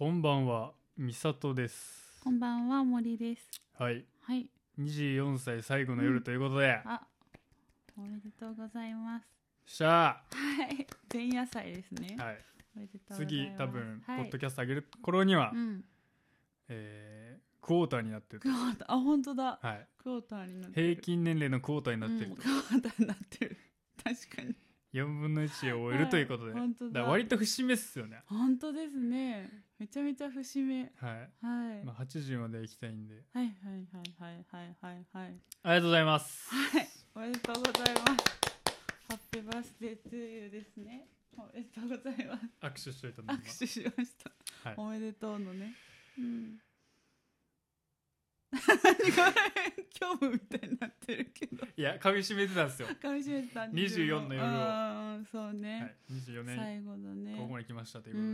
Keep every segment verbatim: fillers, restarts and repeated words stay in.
こんばんは、みさとです。 こんばんは、森です。 はい、 はい。 にじゅうよんさい最後の夜ということで、 うん、あ、おめでとうございます。 しゃはい。前夜祭ですね。 ー、はい、 おめでとうございます。 次多分、 はい、 ポッドキャスト上げる頃には、 うん、 えー、クォーターになってる。 クォーター、あ、本当だ。 はい、 クォーターになってる。 平均年齢のクォーターになってると、 うん、クォーターになってる。確かに。 よんぶんのいちを終えるということで、 はい、本当だ。 だから割と節目っすよね。 本当ですね。めちゃめちゃ節目。 はい。 はい。 まあ、はちじゅうまで行きたいんで。 はいはいはいはいはいはいはい。 ありがとうございます。 はい。おめでとうございます。ハッピーバースデートゥーユーですね。おめでとうございます。 握手しといたの。 握手しました。 はい、 おめでとうのね。うん。何これ虚無みたいになってるけど。 いや、噛み締めてたんですよ。 噛み締めてた。 にじゅうよんの夜を。 ああ、そうね。 はい、にじゅうよねん最後だね。 ここまで来ましたということで。 うん。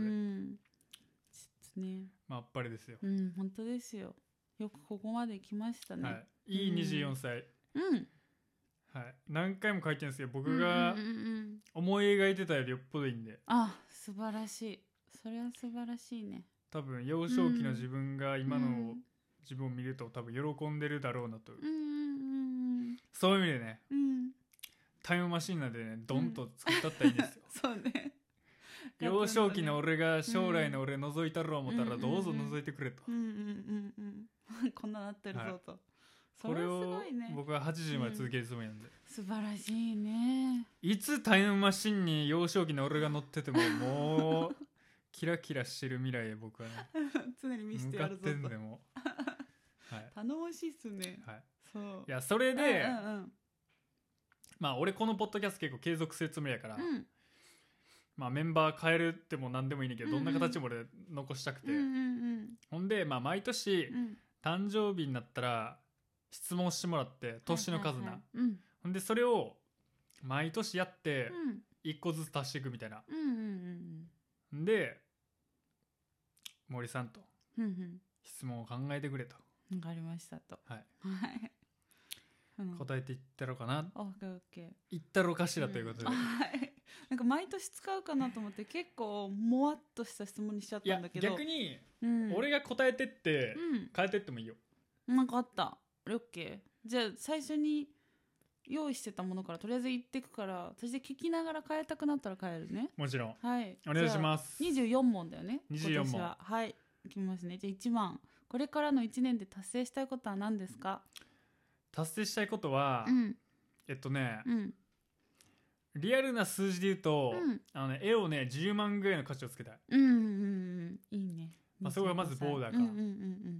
ちょっとね。 まあ、あっぱれですよ。 うん、本当ですよ。よくここまで来ましたね。 はい。いいにじゅうよんさい。 うん。 はい。何回も書いてるんですけど、僕が思い描いてたよりよっぽどいいんで。 あ、素晴らしい。それは素晴らしいね。 多分幼少期の自分が今の自分を見ると多分喜んでるだろうなと。 うんうんうん。 そういう意味でね、 うん、 タイムマシンなんでね、ドンと作ったったらいいんですよ。 そうね。 幼少期の俺が将来の俺覗いたろう思ったらどうぞ覗いてくれと。 うんうんうんうん。こんななってるぞと。 これを僕ははちじゅうまで続けるつもりなんで。 素晴らしいね。 いつタイムマシンに幼少期の俺が乗っててももうキラキラしてる未来へ僕はね常に見せてやるぞと。 向かってんでも。はい。 頼もしいっすね。 はい。 そう。 いやそれで、 うんうん、 まあ俺このポッドキャスト結構継続するつもりやから、 うん、 まあメンバー変えるっても何でもいいねんけど、うんうん、どんな形も俺残したくて、 うんうんうん、ほんでまあ毎年、うん、誕生日になったら質問してもらって年の数な、はいはいはい、うん、ほんでそれを毎年やっていっこずつ足していくみたいな、うんうんうん、で森さんと質問を考えてくれと。 わかりましたと。 はい。 うん、 答えていったろうかな。 オッケーオッケー。 いったろうかしらということで。うん、 はい。なんか毎年使うかなと思って結構もわっとした質問にしちゃったんだけど。 いや逆に、うん、俺が答えてって、うん、変えてってもいいよ。 なんかあった。オッケー。じゃあ最初に用意してたものからとりあえず言ってくから、私で聞きながら変えたくなったら変えるね。 もちろん。 はい。 お願いします。 にじゅうよんもんだよね。 にじゅうよんもん。 今年は。はい。いきますね。じゃあいちばん。これからのいちねんで達成したいことは何ですか？ 達成したいことは、うん、えっとね、うん、リアルな数字で言うと、うん、あのね、絵をねじゅうまんぐらいの価値をつけたい。 うんうんうん、いいね。 まあ、そこがまずボーダーか。 うんうんうんうん、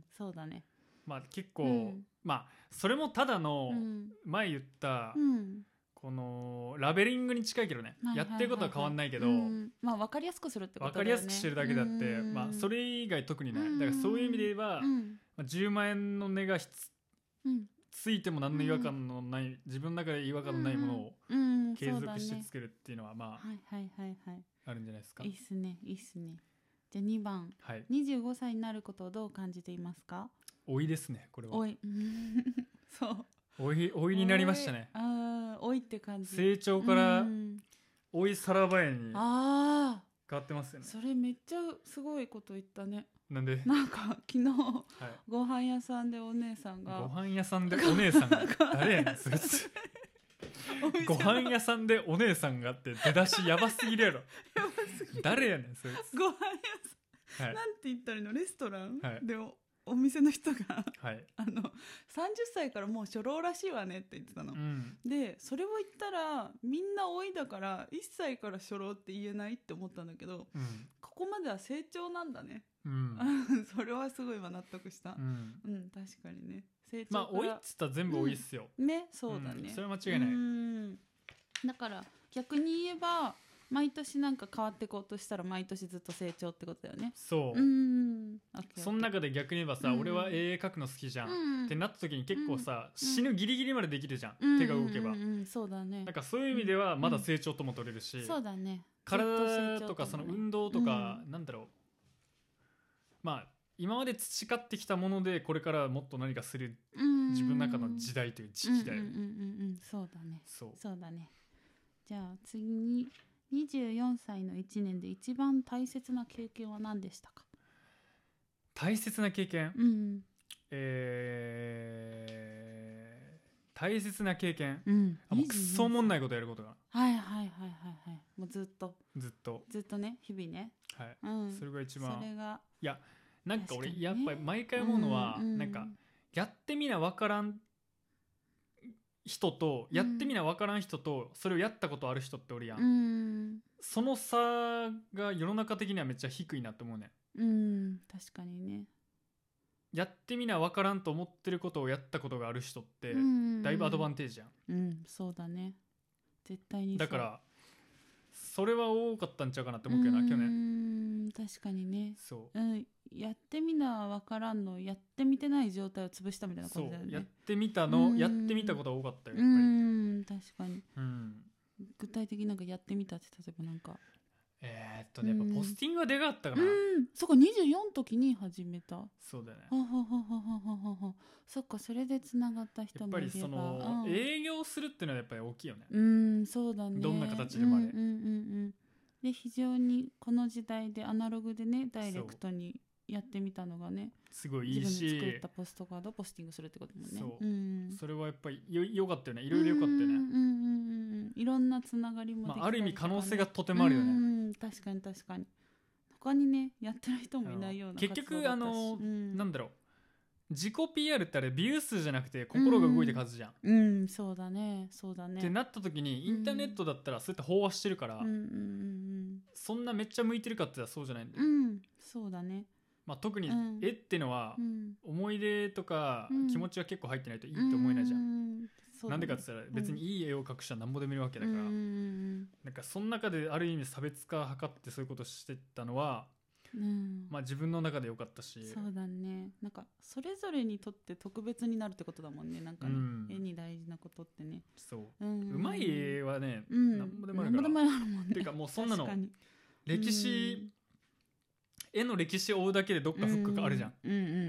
そうだね。 まあ結構、うん、まあそれもただの、うん、前言った、うん、このラベリングに近いけどね、はいはいはいはい、やってることは変わんないけど、うん、 まあ分かりやすくするってことだよね。 分かりやすくしてるだけだって、まあそれ以外特にない。だからそういう意味で言えば、うんまあ、じゅうまんえんの値がついても何の違和感のない、うん、自分の中で違和感のないものを継続してつけるっていうのはまあ、 はいはいはいはい、あるんじゃないですか。 いいっすねいいっすね。じゃあにばん、はい、にじゅうごさいになることをどう感じていますか？ 老いですね、これは。 老いそう老い、老いになりましたね。 ああ、老いって感じ。 成長から老いさらばえに変わってますよね。 それめっちゃすごいこと言ったね。 なんで？ なんか昨日、はい、ご飯屋さんでお姉さんがご飯屋さんでお姉さんが誰やねんそいつご飯屋さんでお姉さんがって出だしやばすぎるやろ。 やばすぎる。 誰やねんそいつ。 ご飯屋さん、はい、なんて言ったらいいの？レストラン、 はい、 でおお店の人が、 はい、 あのさんじゅっさいからもう初老らしいわねって言ってたの、うん、でそれを言ったらみんな老いだからいっさいから初老って言えないって思ったんだけど、うん、ここまでは成長なんだね、うん、それはすごい今納得した、うんうん、確かにね。成長からまあ老いっつったら全部老いっすよ、 うん、ね、そうだね、 うん、それは間違いない。うん、 だから逆に言えば毎年なんか変わっていこうとしたら毎年ずっと成長ってことだよね。 そう、うん、その中で逆に言えばさ、うん、俺は絵描くの好きじゃん、うん、ってなった時に結構さ、うん、死ぬギリギリまでできるじゃん、うん、手が動けば、うんうんうん、 そうだね。 なんかそういう意味ではまだ成長とも取れるし、うん、 そうだね。 体とかその運動とか、うん、なんだろう、まあ今まで培ってきたものでこれからもっと何かする自分の中の時代という時期だよね。 そうだね。そう、そうだね。じゃあ次ににじゅうよんさいのいちねんで一番大切な経験は何でしたか？ 大切な経験、 うん、 えー、大切な経験、 うん、 あもうクソおもんないことやることが、 はいはいはいはいはい、もうずっとずっとずっとね、日々ね、 はい、 うん、 それが一番。 それがいやなんか俺、 ね、 やっぱり毎回思うのは、うんうん、なんかやってみな分からん人とやってみな分からん人と、それをやったことある人っておるやん、うん、その差が世の中的にはめっちゃ低いなって思うね。 うん、確かにね。 やってみな分からんと思ってることをやったことがある人ってだいぶアドバンテージやん。 うん、うん、そうだね、絶対にそう。 だからそれは多かったんちゃうかなって思うけどな、去年。 うん、確かにね。 そう、 うん、やってみな分からんの、やってみてない状態を潰したみたいな感じだよね。 そう、やってみたの、やってみたことが多かったよやっぱり。 うん、確かに、 うん、 具体的になんかやってみたって、例えばなんかえー、っとねやっぱポスティングはでかかったかな。 うん、そっか、にじゅうよんの時に始めた。 そうだよね。 ははははははは。そっか、それでつながった人もいれば、 やっぱりその、うん、営業するっていうのはやっぱり大きいよね。 うん、そうだね、 どんな形でもあれ、うんうんうんうん、で非常にこの時代でアナログでね、ダイレクトにやってみたのがね、 すごいいいし、 自分で作ったポストカードをポスティングするってこともね。 そう、 うん、 それはやっぱりよよかったよね。いろいろよかったよね。うんうんうんうん、いろんなつながりもできたりとか、ね、 まあ、ある意味可能性がとてもあるよね。 うん、確かに確かに。他にねやってる人もいないような結局あの、 うん、 なんだろう、自己 ピーアール ってあれビュー数じゃなくて心が動いて数じゃん、 うん、うん、そうだねそうだねってなった時にインターネットだったらそうやって飽和してるから、うんうんうん、そんなめっちゃ向いてるかって言ったらそうじゃないんだよ、 うん、そうだね。 まあ、特に絵ってのは思い出とか気持ちが結構入ってないといいと思えないじゃん、うんうんね、なんでかって言ったら別にいい絵を描く人は何ぼでもいるわけだから、うん、なんかその中である意味差別化を図ってそういうことをしてったのは、うん、まあ自分の中で良かったし。 そうだね、なんかそれぞれにとって特別になるってことだもんね、なんかね、うん、絵に大事なことってね。 そう、うん、うまい絵はね、 うん、 何ぼでもあるから、 何ぼでもあるもんね。 ていうかもうそんなの歴史、絵の歴史を追うだけでどっかフックがあるじゃん、うんうんうんうん、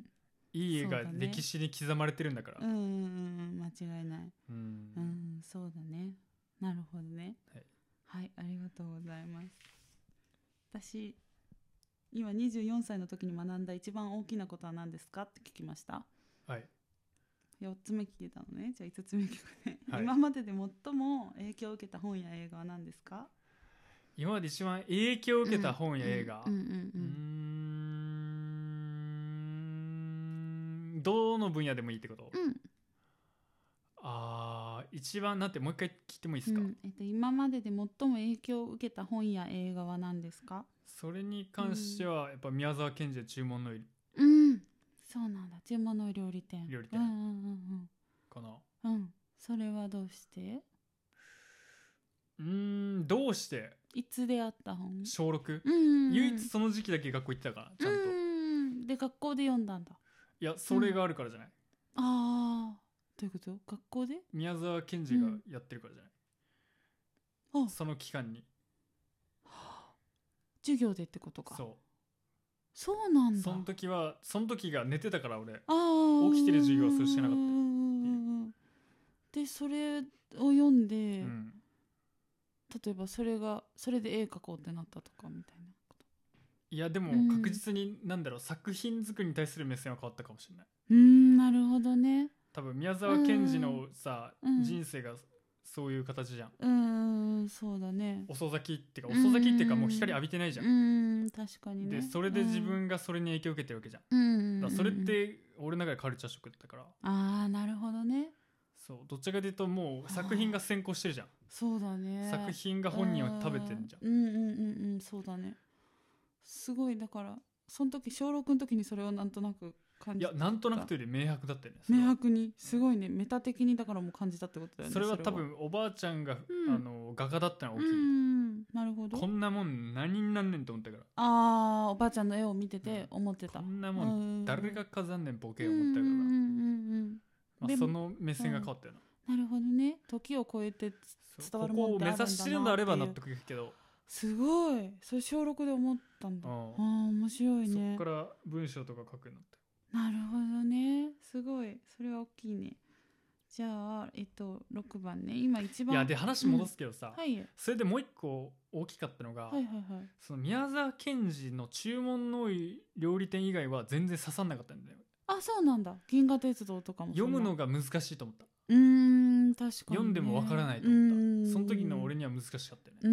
いい絵が歴史に刻まれてるんだから、う、ね、うんうん間違いない、うん、うん、そうだね。なるほどね、はい、はい、ありがとうございます。私今にじゅうよんさいの時に学んだ一番大きなことは何ですかって聞きました。 はい、 よっつめ聞いたのね。じゃあいつつめ聞くね、はい、今までで最も影響を受けた本や映画は何ですか？ 今まで一番影響を受けた本や映画、うーん、どの分野でもいいってこと？うん、あー、一番なんてもう一回聞いてもいいですか？うん、 えっと、今までで最も影響を受けた本や映画は何ですか？ それに関してはやっぱ宮沢賢治の注文の、 うん、そうなんだ、注文の料理店料理店、うんうんうんうん、かな。 うん、それはどうして？ うーん、どうして？ いつ出会った本？ しょうろく、 うんうんうん、 唯一その時期だけ学校行ってたからちゃんと、 うんで学校で読んだんだ。 いやそれがあるからじゃない、 うん、ああ、どういうこと？学校で宮沢賢治がやってるからじゃない、うん、その期間に授業でってことか。 そうそうなんだ。 その時はその時が寝てたから俺、 あ起きてる授業はそれしてなかったで、それを読んで、うん、例えばそれがそれで絵描こうってなったとかみたいなこと？ いやでも確実に何だろう、うん、作品作りに対する目線は変わったかもしれない。 うーん、なるほどね。 多分宮沢賢治のさ、うん、人生がそういう形じゃん。 うーん、そうだね。 遅咲きっていうか遅咲きっていうかもう光浴びてないじゃん。 うーん、確かにね。 でそれで自分がそれに影響を受けてるわけじゃん。うん、だからそれって俺の中でカルチャーショックだったから。 ああ、なるほどね。 そう、どっちかというともう作品が先行してるじゃん。 そうだね。 作品が本人を食べてるじゃん。 うんうんうんうん、そうだね。すごい、だからその時小ろくの時にそれをなんとなく感じた。 いや、なんとなくというより明白だったよね。 明白に、すごいね、メタ的にだからもう感じたってことだよね。 それは多分おばあちゃんが、うん、あの画家だったのが大きい、うん、 なるほど。 こんなもん何になんねんと思ったから。 ああ、おばあちゃんの絵を見てて思ってた、 うん、こんなもん誰が飾んねんボケ思ったから、うんうんうん、まあ、その目線が変わったよな、 うん、なるほどね。時を超えて伝わるもんってあるんだなっていう。ここを目指してるのであれば納得いくけど、すごい、それ小ろくで思ったんだ。ああ、面白いね。 そっから文章とか書くようになって。 なるほどね、すごい、それは大きいね。 じゃあ、えっと、ろくばんね。今一番。 いやで話戻すけどさ、 うん、はい、 それでもう一個大きかったのが、 はいはいはい、 その宮沢賢治の注文の多い料理店以外は全然刺さんなかったんだよ。 あ、そうなんだ。銀河鉄道とかも読むのが難しいと思った。 うーん、確かに、ね、 読んでもわからないと思った。その時の俺には難しかったよね。 うん、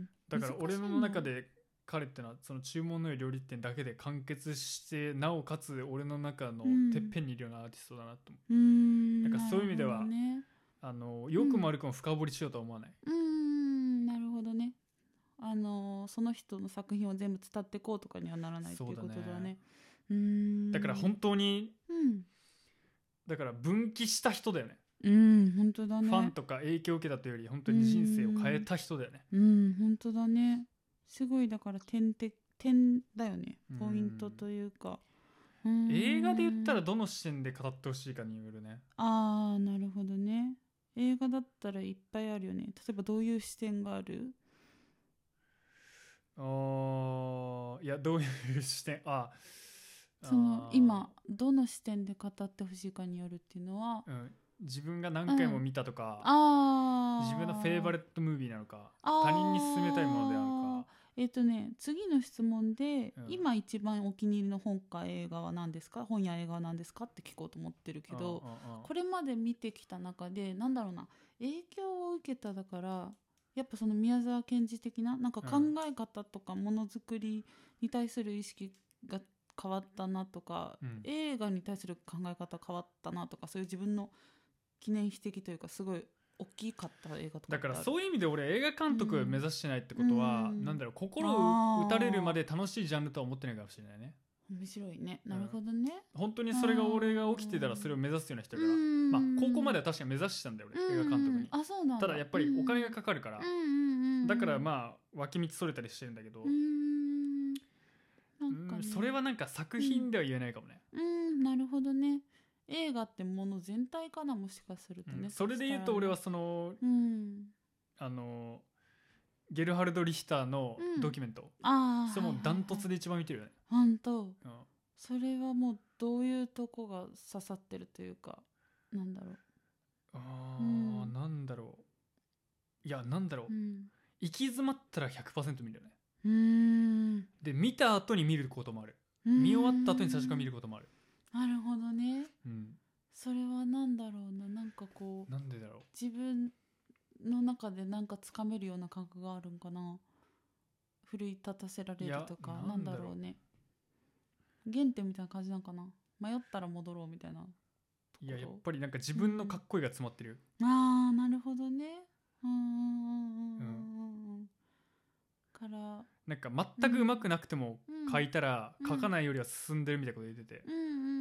だから俺の中で彼ってのはその注文の多い料理店だけで完結して、なおかつ俺の中のてっぺんにいるようなアーティストだなと思う。うん、なんかそういう意味では、ね、あのよくも悪くも深掘りしようとは思わない。 うん、うん、なるほどね。あのその人の作品を全部伝っていこうとかにはならないっていうことだね。だね、うーん、 だから本当に、うん、だから分岐した人だよね。 うん、本当だね。 ファンとか影響を受けたというより本当に人生を変えた人だよね。 うん、うん、本当だね。すごいだから点て点だよね。ポイントというか。 うーん、映画で言ったらどの視点で語ってほしいかによるね。 ああ、なるほどね。映画だったらいっぱいあるよね。例えばどういう視点がある？ あいやどういう視点、あその今どの視点で語ってほしいかによるっていうのは、 うん、自分が何回も見たとか、 うん、あ自分のフェイバレットムービーなのか、他人に勧めたいものであるか。 えっとね、次の質問で、うん、今一番お気に入りの本か映画は何ですか、本や映画は何ですかって聞こうと思ってるけど、これまで見てきた中でなんだろうな、影響を受けただからやっぱその宮沢賢治的ななんか考え方とかものづくりに対する意識が変わったなとか、うん、映画に対する考え方変わったなとか、そういう自分の記念碑的というかすごい大きかった映画とか。 だからそういう意味で俺映画監督目指してないってことは、うん、なんだろう、心を打たれるまで楽しいジャンルとは思ってないかもしれないね。 面白いね。なるほどね、 うん、本当にそれが俺が起きてたらそれを目指すような人だから、まあ高校までは確かに目指してたんだよ俺、映画監督に。 あ、そうなんだ。 ただやっぱりお金がかかるから、だからまあ脇道それたりしてるんだけど、うーん、なんかね、それはなんか作品では言えないかもね。 うん、うん、なるほどね。映画ってもの全体かな、もしかするとね、 うん、それで言うと俺はその、うん、あのゲルハルド・リヒターのドキュメント、うん、あそれもダントツで一番見てるよね。 本当、うん、それはもうどういうとこが刺さってるというか、なんだろう、 あ、うん、なんだろう、いやなんだろう、うん、行き詰まったら ひゃくパーセント 見るよね。うーん、で見た後に見ることもある、見終わった後に最初から見ることもある。 なるほどね、うん、それはなんだろうな、なんかこう、 なんでだろう、 自分の中でなんかつかめるような感覚があるんかな、奮い立たせられるとか、な, なんだろうね、原点みたいな感じなんかな、迷ったら戻ろうみたいな。 いややっぱりなんか自分のかっこいいが詰まってる、 うん、あーなるほどね、うーん、うん、からなんか全く上手くなくても書いたら書かないよりは進んでるみたいなこと言ってて、うん、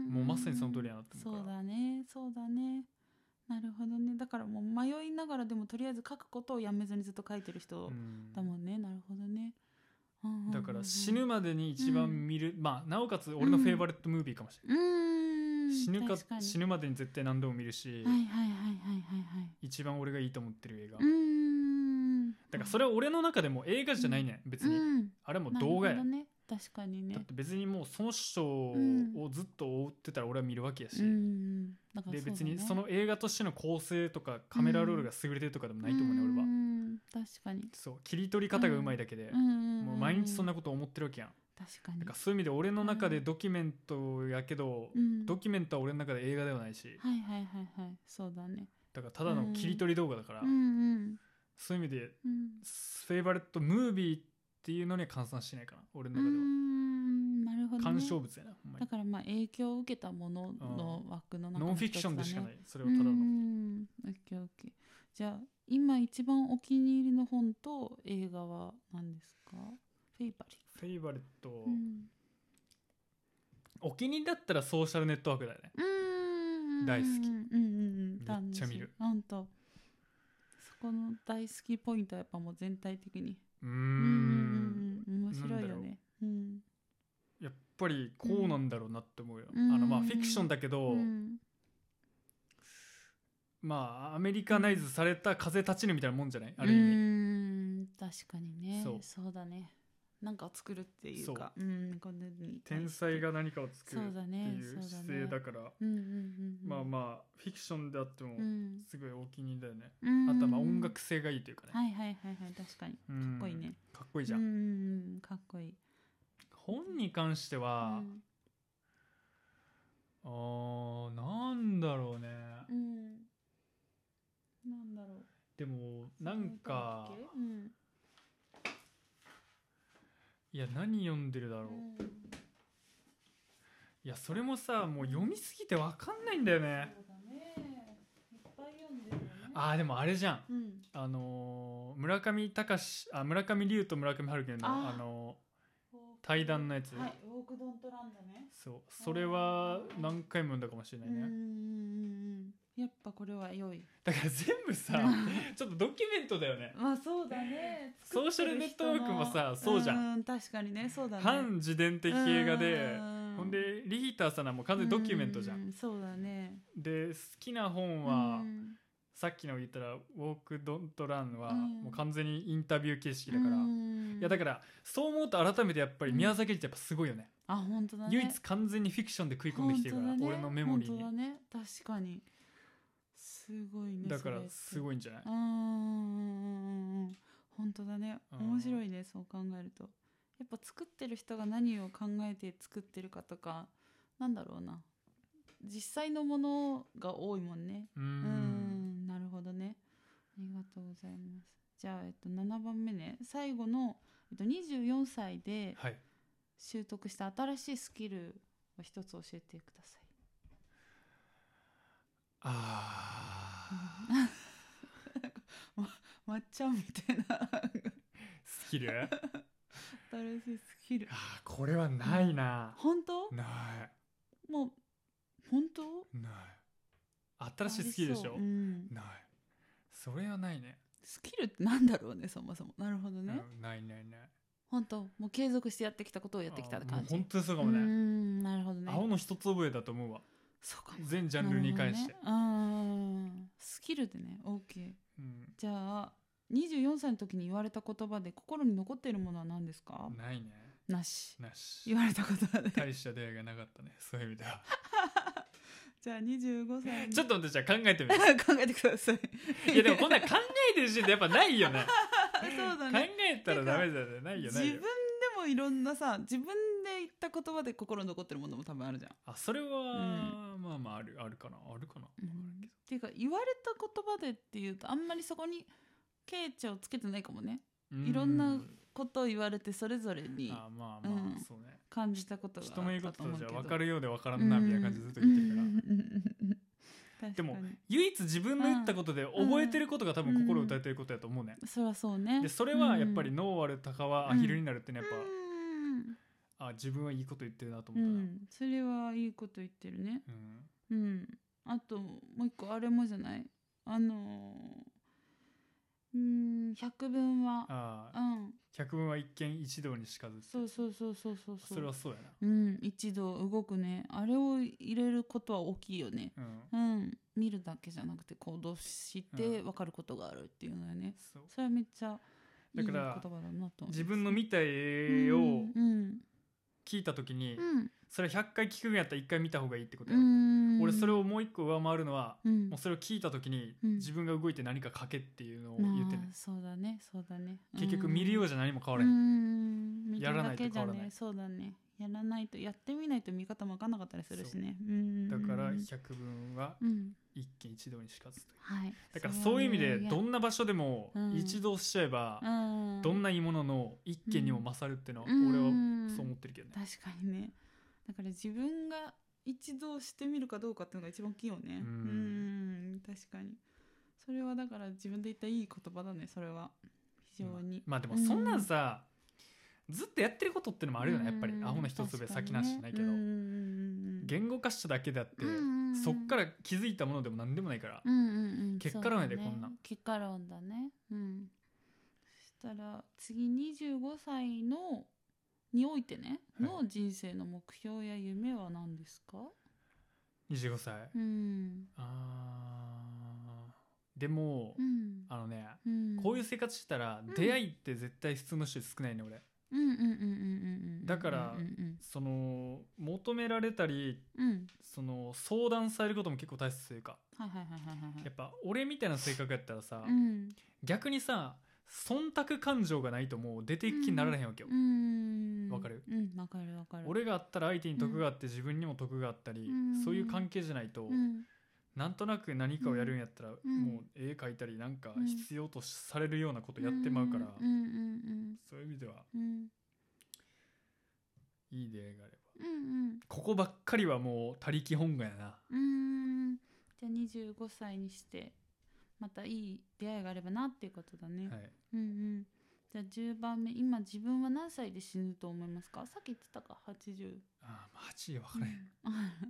もうまさにその通りやなって思うから。 そうだね、そうだね、なるほどね。だからもう迷いながらでもとりあえず書くことをやめずにずっと書いてる人だもんね、うん、なるほどね。 だから死ぬまでに一番見る、うん、まあなおかつ俺のフェイバリットムービーかもしれない、うん、死ぬか死ぬまでに絶対何度も見るし、はいはいはいはいはいはい、一番俺がいいと思ってる映画、うん、だからそれは俺の中でも映画じゃないね、うん、別に、うん、あれも動画や、 ね、確かにね。 だって別にもうその人をずっと追ってたら俺は見るわけやし、うん、だからそうだね、で別にその映画としての構成とかカメラロールが優れてるとかでもないと思うね、うん、俺は。 確かにそう、切り取り方がうまいだけで、うん、もう毎日そんなこと思ってるわけやん。 確かに。 だからそういう意味で俺の中でドキュメントやけど、うん、ドキュメントは俺の中で映画ではないし、 はいはいはいはい、そうだね。 だからただの切り取り動画だから、うんうん、そういう意味で、うん、フェイバリットムービーっていうのには換算しないかな俺の中では。うん、なるほどね、鑑賞物やな。 だからまあ影響を受けたものの枠の中の一つだね、 ノンフィクションでしかない、それはただの。うん、 オッケーオッケー。じゃあ今一番お気に入りの本と映画は何ですか？フェイバリット。 フェイバリット、うん、お気に入りだったらソーシャルネットワークだよね。うん、大好き、うんうんうん、めっちゃ見る。 本当。そこの大好きポイントはやっぱもう全体的にうーん、うんうんうん、面白いよね。うん、 やっぱりこうなんだろうなって思うよ、うん、あのまあフィクションだけど、うん、まあアメリカナイズされた風立ちぬみたいなもんじゃない、ある意味。 うん、確かにね。そう、そうだね。 何かを作るっていうか、う、うん、このに天才が何かを作るっていう姿勢だから、まあまあフィクションであってもすごいお気に入りだよね、うん、あとはまあ音楽性がいいというかね、 はいはいはいはい、確かにかっこいいね、 かっこいいじゃん、 うん、かっこいい。 本に関しては、うん、あーなんだろうね、うん、 なんだろう、 でもなんか、うん、いや何読んでるだろう、うん、いやそれもさもう読みすぎて分かんないんだよね。そうだね、いっぱい読んでるよね。あーでもあれじゃん、うん、あのー、村上隆あ村上龍と村上春樹のあ、あのー対談のやつ、 はい、ウォークドントランだね。 そうそれは何回も読んだかもしれないね。うん、 やっぱこれは良い。 だから全部さちょっとドキュメントだよね。 まあそうだね。 ソーシャルネットワークもさそうじゃん。 うん確かにね、そうだね。 反自伝的映画で、ほんでリヒーターさんはもう完全にドキュメントじゃん。 んそうだね。 で好きな本はさっきの言ったらウォークドントランはもう完全にインタビュー形式だから、いやだからそう思うと改めてやっぱり宮崎ってやっぱすごいよね。 あ本当だね。 唯一完全にフィクションで食い込んできてるから、俺のメモリーに。 本当だね、確かにすごいね。 だからすごいんじゃない？ うん、本当だね、面白いね、そう考えると。やっぱ作ってる人が何を考えて作ってるかとか、なんだろうな、実際のものが多いもんね。うん、うんなるほどね、ありがとうございます。じゃあ、えっと、ななばんめね、最後の、えっと、にじゅうよんさいで習得した新しいスキルを一つ教えてください。 あま、まっちゃんみたいなスキル新しいスキル、 あこれはないな、 うん、本当？ ない、 もう本当？ ない、新しいスキルでしょ、うん、ない、それはないね。 スキルってなんだろうね、そもそも。なるほどね、 うん、ないないない、 本当もう継続してやってきたことをやってきたって感じ。 本当にそうかもね。 うん、なるほどね。 青の一つ覚えだと思うわ。 そうかも。 全ジャンルに関して、ね、 うんスキルでね OK、うん、じゃあにじゅうよんさいの時に言われた言葉で心に残っているものは何ですか？ ないね。 なし。 なし。 言われた言葉で大した出会いがなかったね、そういう意味ではじゃあにじゅうごさいちょっと待って、じゃあ考えてみる考えてくださいいやでもこんな考えてる時点でやっぱないよねそうだね、 考えたらダメだよね。ないよないよ。 自分でもいろんなさ、自分で言った言葉で心に残ってるものも多分あるじゃん。 あ、それは、うん、まあまああるあるかなあるかな、うん、 っていうか言われた言葉でっていうとあんまりそこにケイチャをつけてないかもね。いろんなことを言われてそれぞれに、 あまあまあ、うん、そうね、 感じたことがあったと思うけど、 人の言うことじゃ分かるようで分からんなみたいな感じでずっと言ってるからでも唯一自分の言ったことで覚えてることが多分心を打たれてることやと思うね、 うん、そりゃそうね。 でそれはやっぱり脳割る鷹はアヒルになるってね、やっぱ、うん、あ自分はいいこと言ってるなと思ったな、うん、 それはいいこと言ってるね、うん、うん、あともう一個あれもじゃない、あのー、うん百聞はあ、うん、百聞は一見一同にしかず。 そうそうそうそうそう、 それはそうやな、 うん、一度動くね、あれを入れることは大きいよね、うん、うん、見るだけじゃなくて行動して分かることがあるっていうのはね、うん、それはめっちゃいい言葉だなと思います。 自分の見た絵を聞いた時に、うん、それひゃっかい聞くんやったらいっかい見た方がいいってことやろ、うん、俺それをもう一個上回るのは、うん、もうそれを聞いた時に、うん、自分が動いて何か書けっていうのを言ってね、 そうだねそうだね、 結局見るようじゃ何も変わらへん、うん、やらないと変わらない、 そうだね、やらないと、やってみないと見方も分かんなかったりするしね、うん、だから百聞は一見一度にしかずという、はい、だからそういう意味でどんな場所でも一度しちゃえば、うん、どんないいものの一見にも勝るっていうのは俺はそう思ってるけどね、 確かにね。だから自分が一度してみるかどうかっていうのが一番大きいよね。うん、うん確かにそれはだから自分で言ったいい言葉だね、それは非常に、 うん、まあでもそんなんさ、うん、ずっとやってることってのもあるよね、やっぱりアホの一つ上先なしないけど、ね、言語化しただけであって、そっから気づいたものでも何でもないから、うんうんうん、結果論やで、ね、こんなん結果論だね、うん、そしたら次にじゅうごさいのにおいてね、はい、の人生の目標や夢は何ですか？ にじゅうごさい、うん、あでも、うん、あのね、うん、こういう生活したら出会いって絶対普通の人少ないね俺、 だからその求められたり、うん、その相談されることも結構大切というか、やっぱ俺みたいな性格やったらさ、うん、逆にさ忖度感情がないともう出ていく気になられへんわけよ。わ、うんうん、かる、うん、わかるわかる。俺があったら相手に得があって自分にも得があったり、うん、そういう関係じゃないと、うん、なんとなく何かをやるんやったら、うん、もう絵描いたりなんか必要とされるようなことやってまうから、うん、そういう意味では、うん、いい出会いがあれば、うんうん、ここばっかりはもう他力本願やな。 うーん、じゃあにじゅうごさいにしてまたいい出会いがあればなっていうことだね。はい、うんうん。じゃあじゅうばんめ、今自分は何歳で死ぬと思いますか？さっき言ってたか、はちじゅう。 ああ、はちじゅう分からへん、うん、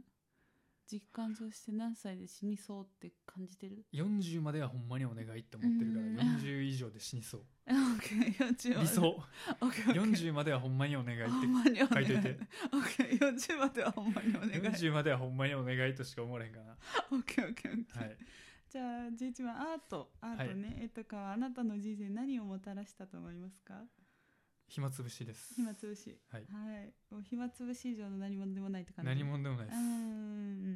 実感上して何歳で死にそうって感じてる？ よんじゅうまではほんまにお願いって思ってるから、よんじゅう以上で死にそう。 オッケー、よんじゅう理想。オッケーオッケー。よんじゅうまではほんまにお願いって書いといて。 オッケー、よんじゅうまではほんまにお願い。 よんじゅうまではほんまにお願いとしか思われへんかな。 オッケーオッケーオッケー。はい。じゃあじゅういちばん、アート。アートね、はい、絵とかはあなたの人生何をもたらしたと思いますか？ 暇つぶしです。 暇つぶし。はい。はい。もう暇つぶし以上の何者でもないって感じ。 何者でもないです。うんうん。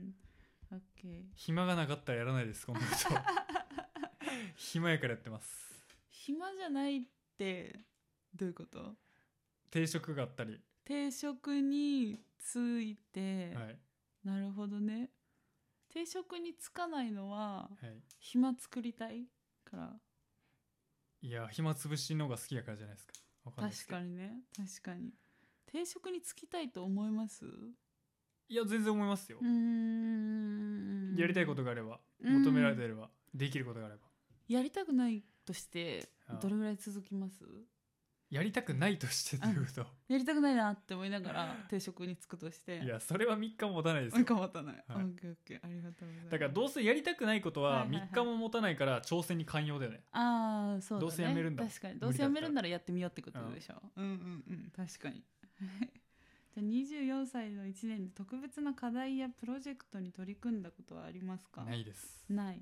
オッケー。 暇がなかったらやらないです、こんなこと。暇やからやってます。 暇じゃないってどういうこと？ 定職があったり。 定職について、はい、なるほどね。定職に就かないのは、はい、暇作りたいから。 いや、暇つぶしの方が好きやからじゃないですか。わかんないですけど。 確かにね、確かに。定職に就きたいと思います？ いや、全然思いますよ。うーん、やりたいことがあれば、求められていれば、できることがあれば。 やりたくないとしてどれぐらい続きます？ やりたくないとしてというとやりたくないなって思いながら定職に就くとして、 いや、それはみっかも持たないですよ。 みっかも持たない、はい、オッケーオッケー、ありがとうございます。 だからどうせやりたくないことはみっかも持たないから挑戦に寛容だよね。 ああ、そうだね。 どうせやめるんだ。 確かにどうせやめるんならやってみようってことでしょ。うん、うんうんうん確かに。じゃあにじゅうよんさいのいちねんで特別な課題やプロジェクトに取り組んだことはありますか？ ないです。 ない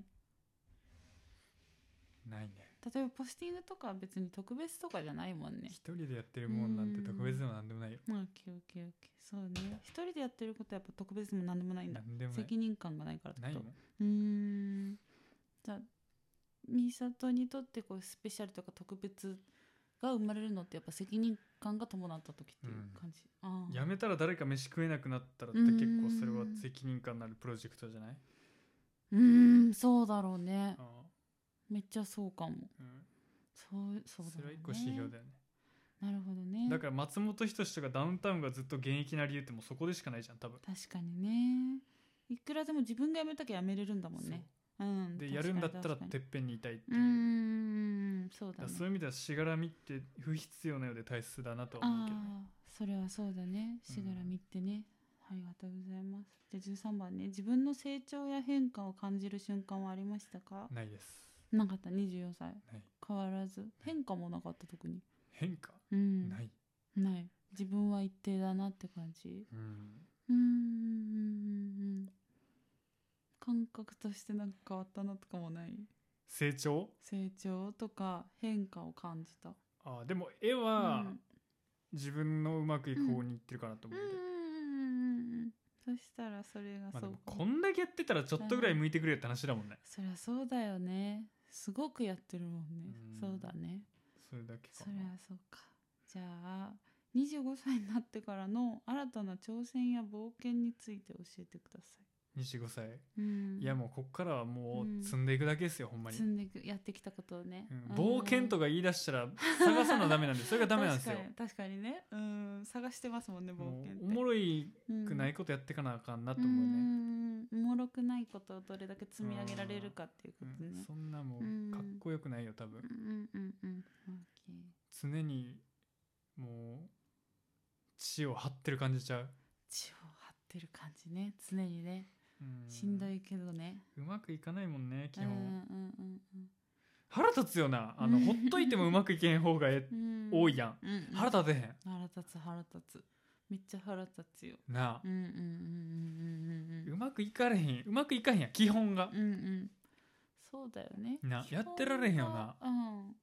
ないね。 例えばポスティングとかは別に特別とかじゃないもんね。 一人でやってるもんなんて特別でもなんでもないよ。 オッケーオッケーオッケー。そうね。一人でやってることはやっぱ特別でもなんでもないんだ。なんでもない。責任感がないからってこと。ないもん。うーん。じゃあミサトにとってこうスペシャルとか特別が生まれるのってやっぱ責任感が伴った時っていう感じ。うん、あやめたら誰か飯食えなくなったらって結構それは責任感のあるプロジェクトじゃない？ うーん、そうだろうね。ああめっちゃそうかも。うんそうそうだね、 それは一個指標だよね。 なるほどね。 だから松本人志とかダウンタウンがずっと現役な理由ってもうそこでしかないじゃん多分。 確かにね。いくらでも自分が辞めたきゃ辞めれるんだもんね。う、うん、 でやるんだったらてっぺんにいたいっていう。うーんそうだね。 だそういう意味ではしがらみって不必要なようで大切だなとは思うけどね。あそれはそうだね。しがらみってね、うん、ありがとうございます。でじゅうさんばんね、自分の成長や変化を感じる瞬間はありましたか？ ないです。 なかった。にじゅうよんさい変わらず変化もなかった。特に変化、うん、ないない自分は一定だなって感じ。うん、うーん感覚としてなんか変わったなとかもない？ 成長成長とか変化を感じた。 あでも絵は、うん、自分のうまくいく方にいってるかなと思うんで、 うんそしたらそれがそう、まあ、でもこんだけやってたらちょっとぐらい向いてくれよって話だもんね。 そりゃそうだよね。すごくやってるもんね。うんそうだね。 それだけかな。 そりゃそうか。じゃあにじゅうごさいになってからの新たな挑戦や冒険について教えてください。 にじゅうごさい、うん、いやもうこっからはもう積んでいくだけですよ、うん、ほんまに積んでいくやってきたことをね、 うん、冒険とか言い出したら探さなダメなんでそれがダメなんですよ。 確かに確かにね、うん、探してますもんね冒険って。 おもろいくないことやってかなあかんなと思うね、 うんおもろくないことをどれだけ積み上げられるかっていうことね、 うん、そんなもうかっこよくないよ多分、うんうんうん、常にもう血を張ってる感じちゃう。 血を張ってる感じね常にね、うん、しんどいけどねうまくいかないもんね基本、うんうんうんうん、腹立つよなあのほっといてもうまくいけへん方がえ、うん、多いやん、うんうん、腹立てへん。 腹立つ腹立つめっちゃ腹立つよなあ、うんうんうんうんうん、うまくいかれへんうまくいかへんや基本が、うんうん、 そうだよねなやってられへんよな、 うん、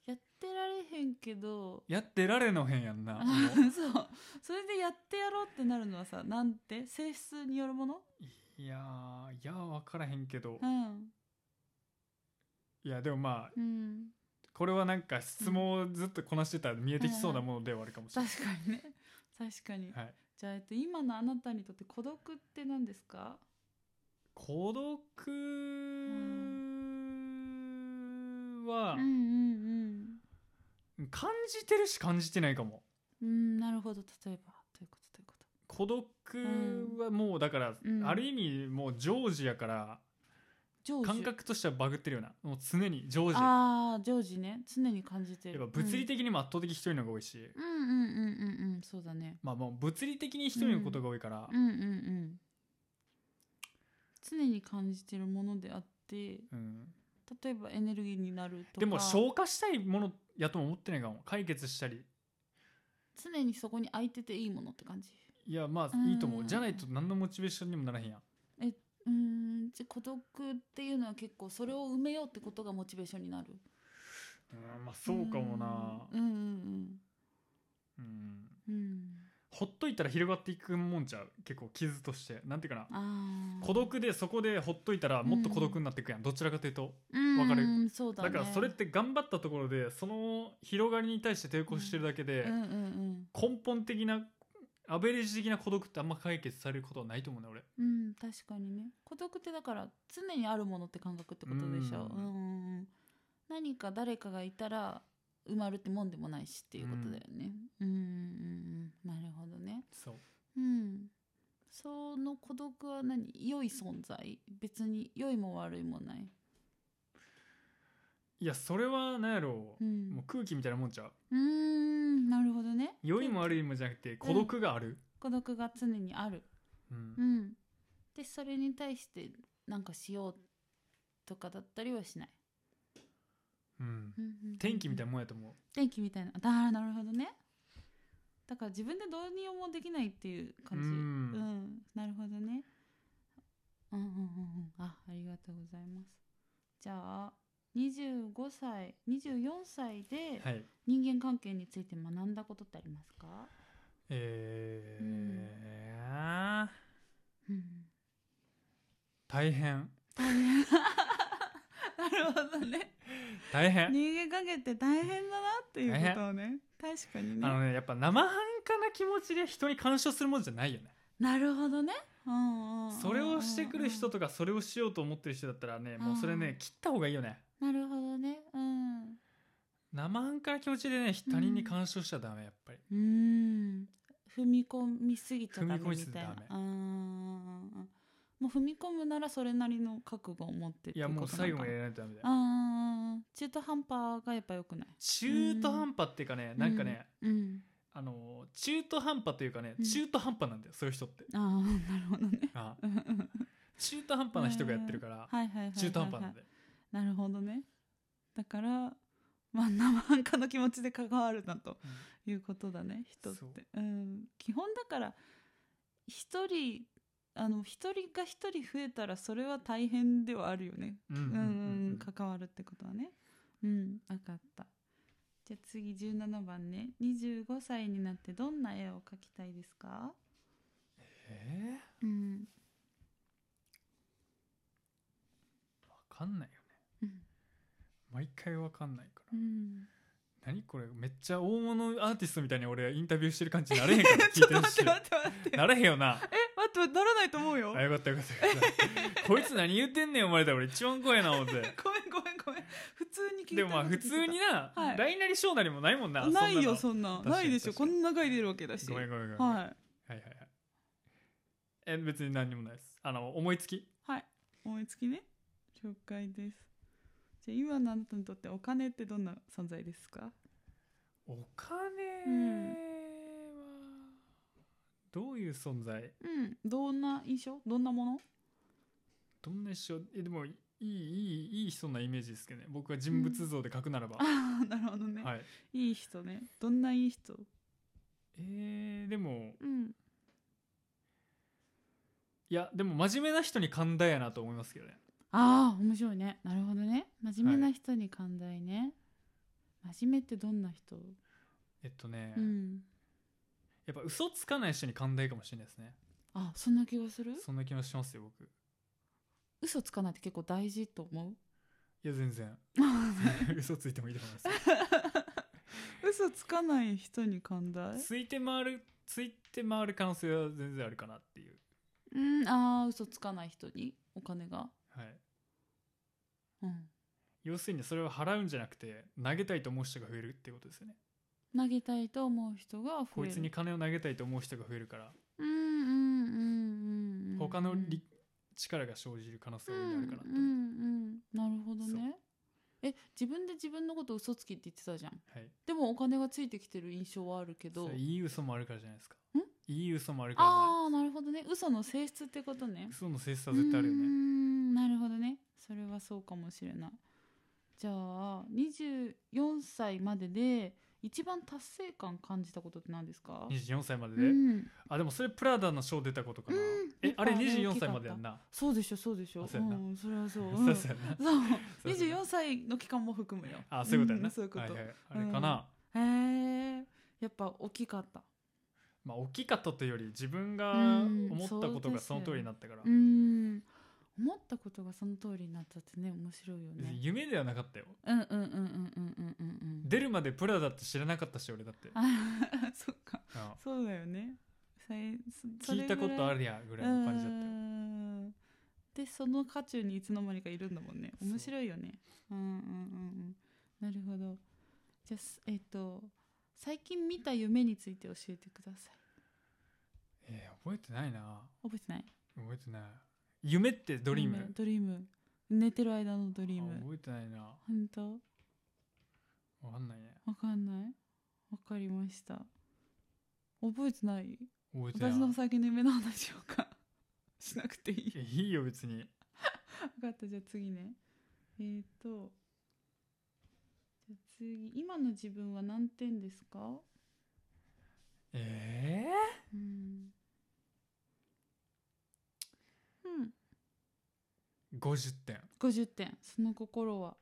やってられへんけどやってられのへんやんなそうそれでやってやろうってなるのはさ、なんて性質によるもの？ いやーいや分からへんけど、 うん、 いやでもまあ、 うん、 これはなんか質問をずっとこなしてたら見えてきそうなものではあるかもしれない、 確かにね確かに、 はい、 じゃあ、えっと、今のあなたにとって孤独って何ですか？ 孤独は、 うんうんうん、感じてるし感じてないかも。 うん、なるほど。例えばどういうことどういうこと？ 孤独はもうだから、 うん、 ある意味もう常時やから、感覚としてはバグってるような、もう常に常時。 ああ、常時ね、常に感じてる。 やっぱ物理的にも圧倒的一人のが多いし、 うんうんうんうんうん、そうだね。 まあもう物理的に一人のことが多いから、 うん、うんうんうん常に感じてるものであって、うん、例えばエネルギーになるとか。 でも消化したいものやとも思ってないかも。解決したり常にそこに空いてていいものって感じ。 いやまあいいと思う。じゃないと何のモチベーションにもならへんやん。 えうーんじゃ孤独っていうのは結構それを埋めようってことがモチベーションになる。 うんまあそうかもな。 うんうんうんうん、うん、ほっといたら広がっていくもんちゃう。結構傷としてなんていうかな、あ孤独でそこでほっといたらもっと孤独になっていくやん、うん、どちらかというと分かる。うんそうだね、だからそれって頑張ったところでその広がりに対して抵抗してるだけで、うんうんうんうん、根本的なアベレージ的な孤独ってあんま解決されることはないと思うね俺。 うん確かにね。孤独ってだから常にあるものって感覚ってことでしょ。うん、うん、何か誰かがいたら埋まるってもんでもないしっていうことだよね。うん、うん、なるほどね。 そう、 うん、その孤独は何？良い存在？別に良いも悪いもない。 いやそれは何やろう、うん、もう空気みたいなもんちゃう。 うーんなるほどね。 良いも悪いもじゃなくて孤独がある、うん、 孤独が常にある、うんうん、でそれに対して何かしようとかだったりはしない。 うん、うんうん、天気みたいなもんやと思う。 天気みたいな。あなるほどね。だから自分でどうにもできないっていう感じ。うん、うん、なるほどね。うんうんうんうん。あ、ありがとうございます。じゃあにじゅうごさいにじゅうよんさいで人間関係について学んだことってありますか？ えーうん、 大変大変なるほどね。 大変。 人間関係って大変だなっていうことはね。確かにね。 あのねやっぱ生半可な気持ちで人に干渉するもんじゃないよね。 なるほどね。うんうん、 それをしてくる人とかそれをしようと思ってる人だったらね、もうそれね切った方がいいよね。 なるほどね。うん。生半可な気持ちでね他人に干渉しちゃダメやっぱり。 うん。踏み込みすぎちゃダメみたいな。踏み込みすぎちゃダメ。うん。もう踏み込むならそれなりの覚悟を持ってっていうことなのかな。いやもう最後までやらないとダメだよ。あ中途半端がやっぱ良くない。 中途半端っていうかね、うん、なんかね、うん、あの中途半端というかね、うん、中途半端なんだよそういう人って。ああなるほどね。ああ中途半端な人がやってるから中途半端なんで。 なるほどね。だからまあ生半可の気持ちで関わるなということだね、うん、人って、うん、基本だから一人あの一人が一人増えたらそれは大変ではあるよね。うんうんうんうん、関わるってことはね。うん分かった。じゃあ次じゅうななばんね。にじゅうごさいになってどんな絵を描きたいですか？ えー、うん分かんないよね、うん、毎回分かんないから、うん、何これめっちゃ大物アーティストみたいに俺インタビューしてる感じになれへんから聞いてるしちょっと待って待って待ってなれへんよな。 え待ってならないと思うよ。 あよかったよかったこいつ何言ってんねんお前だ俺一番怖いな思ってごめんごめんごめん普通に聞いた。 でもまあ普通にな、はい、大なり小なりもないもんな。 ないよそんなないでしょ。こんな回出るわけだし。 ごめんごめんごめん、はい、はいはいはいえ別に何にもないです。あの思いつきはい思いつきね了解です。じゃあ今のあなたにとってお金ってどんな存在ですか？ お金はどういう存在？ うん、どんな印象？どんなもの？ どんな印象？えでもいいいいいい人なイメージですけどね。僕は人物像で書くならば、 うん、あなるほどね、はい、いい人ね。どんないい人？ えー、でも、 うん、 いやでも真面目な人に寛大やなと思いますけどね。 ああ面白いね。なるほどね。真面目な人に寛大ね、 真面目ってどんな人？ えっとね、 うん、 やっぱ嘘つかない人に寛大かもしれないですね。 あ、そんな気がする。 そんな気がしますよ僕。 嘘つかないって結構大事と思う。 いや全然嘘ついてもいいと思います嘘つかない人に寛大。 ついて回るついて回る可能性は全然あるかなっていう。 うん、ああ、嘘つかない人にお金が、 はい、 うん、 要するにそれを払うんじゃなくて投げたいと思う人が増えるっていうことですよね。 投げたいと思う人が増える。 こいつに金を投げたいと思う人が増えるから、 うんうんうんうんうん、 他の力が生じる可能性があるかなと、うんうんうん、なるほどね。え、自分で自分のこと嘘つきって言ってたじゃん、 はい、 でもお金がついてきてる印象はあるけど、 いい嘘もあるからじゃないですか。 んいい嘘もあるからじゃない。 ああ、なるほどね。嘘の性質ってことね。 嘘の性質は絶対あるよね。 うーん、なるほどね。それはそうかもしれない。じゃあにじゅうよんさいまでで一番達成感感じたことって何ですか？ にじゅうよんさいまでで、 うん、 あでもそれプラダのショー出たことかな、うん、えあれにじゅうよんさいまでやんな。 そうでしょそうでしょ、 そうやな、 うん、それはそう、 そうですよね、 そう、にじゅうよんさいの期間も含むよ。 あそういうことやな、 うん、そういうこと、 はいはい、あれかな、 うん、へえ、やっぱ大きかった。 まあ大きかったというより自分が思ったことがその通りになったから、 うん、うん、思ったことがその通りになったってね、面白いよね。 夢ではなかったよ。 うんうんうんうんうんうんうん。 出るまでプラダって知らなかったし俺だって。 あそっか、そうだよね。 聞いたことあるやぐらいの感じだったよ。 でその渦中にいつの間にかいるんだもんね。面白いよね。うんうんうんうん。なるほど。じゃあえっと最近見た夢について教えてください。 えー、覚えてないな。 覚えてない。 覚えてない。夢ってドリーム？ ドリーム。寝てる間のドリーム。 覚えてないな。 本当？ わかんないね。 わかんない。わかりました。覚えてない？ 覚えてない。 私の最近の夢の話をかしなくていい？ いいよ別に。 分かった。じゃあ次ね。えーとじゃあ次、今の自分は何点ですか？ ええー、 うんうんごじゅってん。 ごじゅってん。その心は？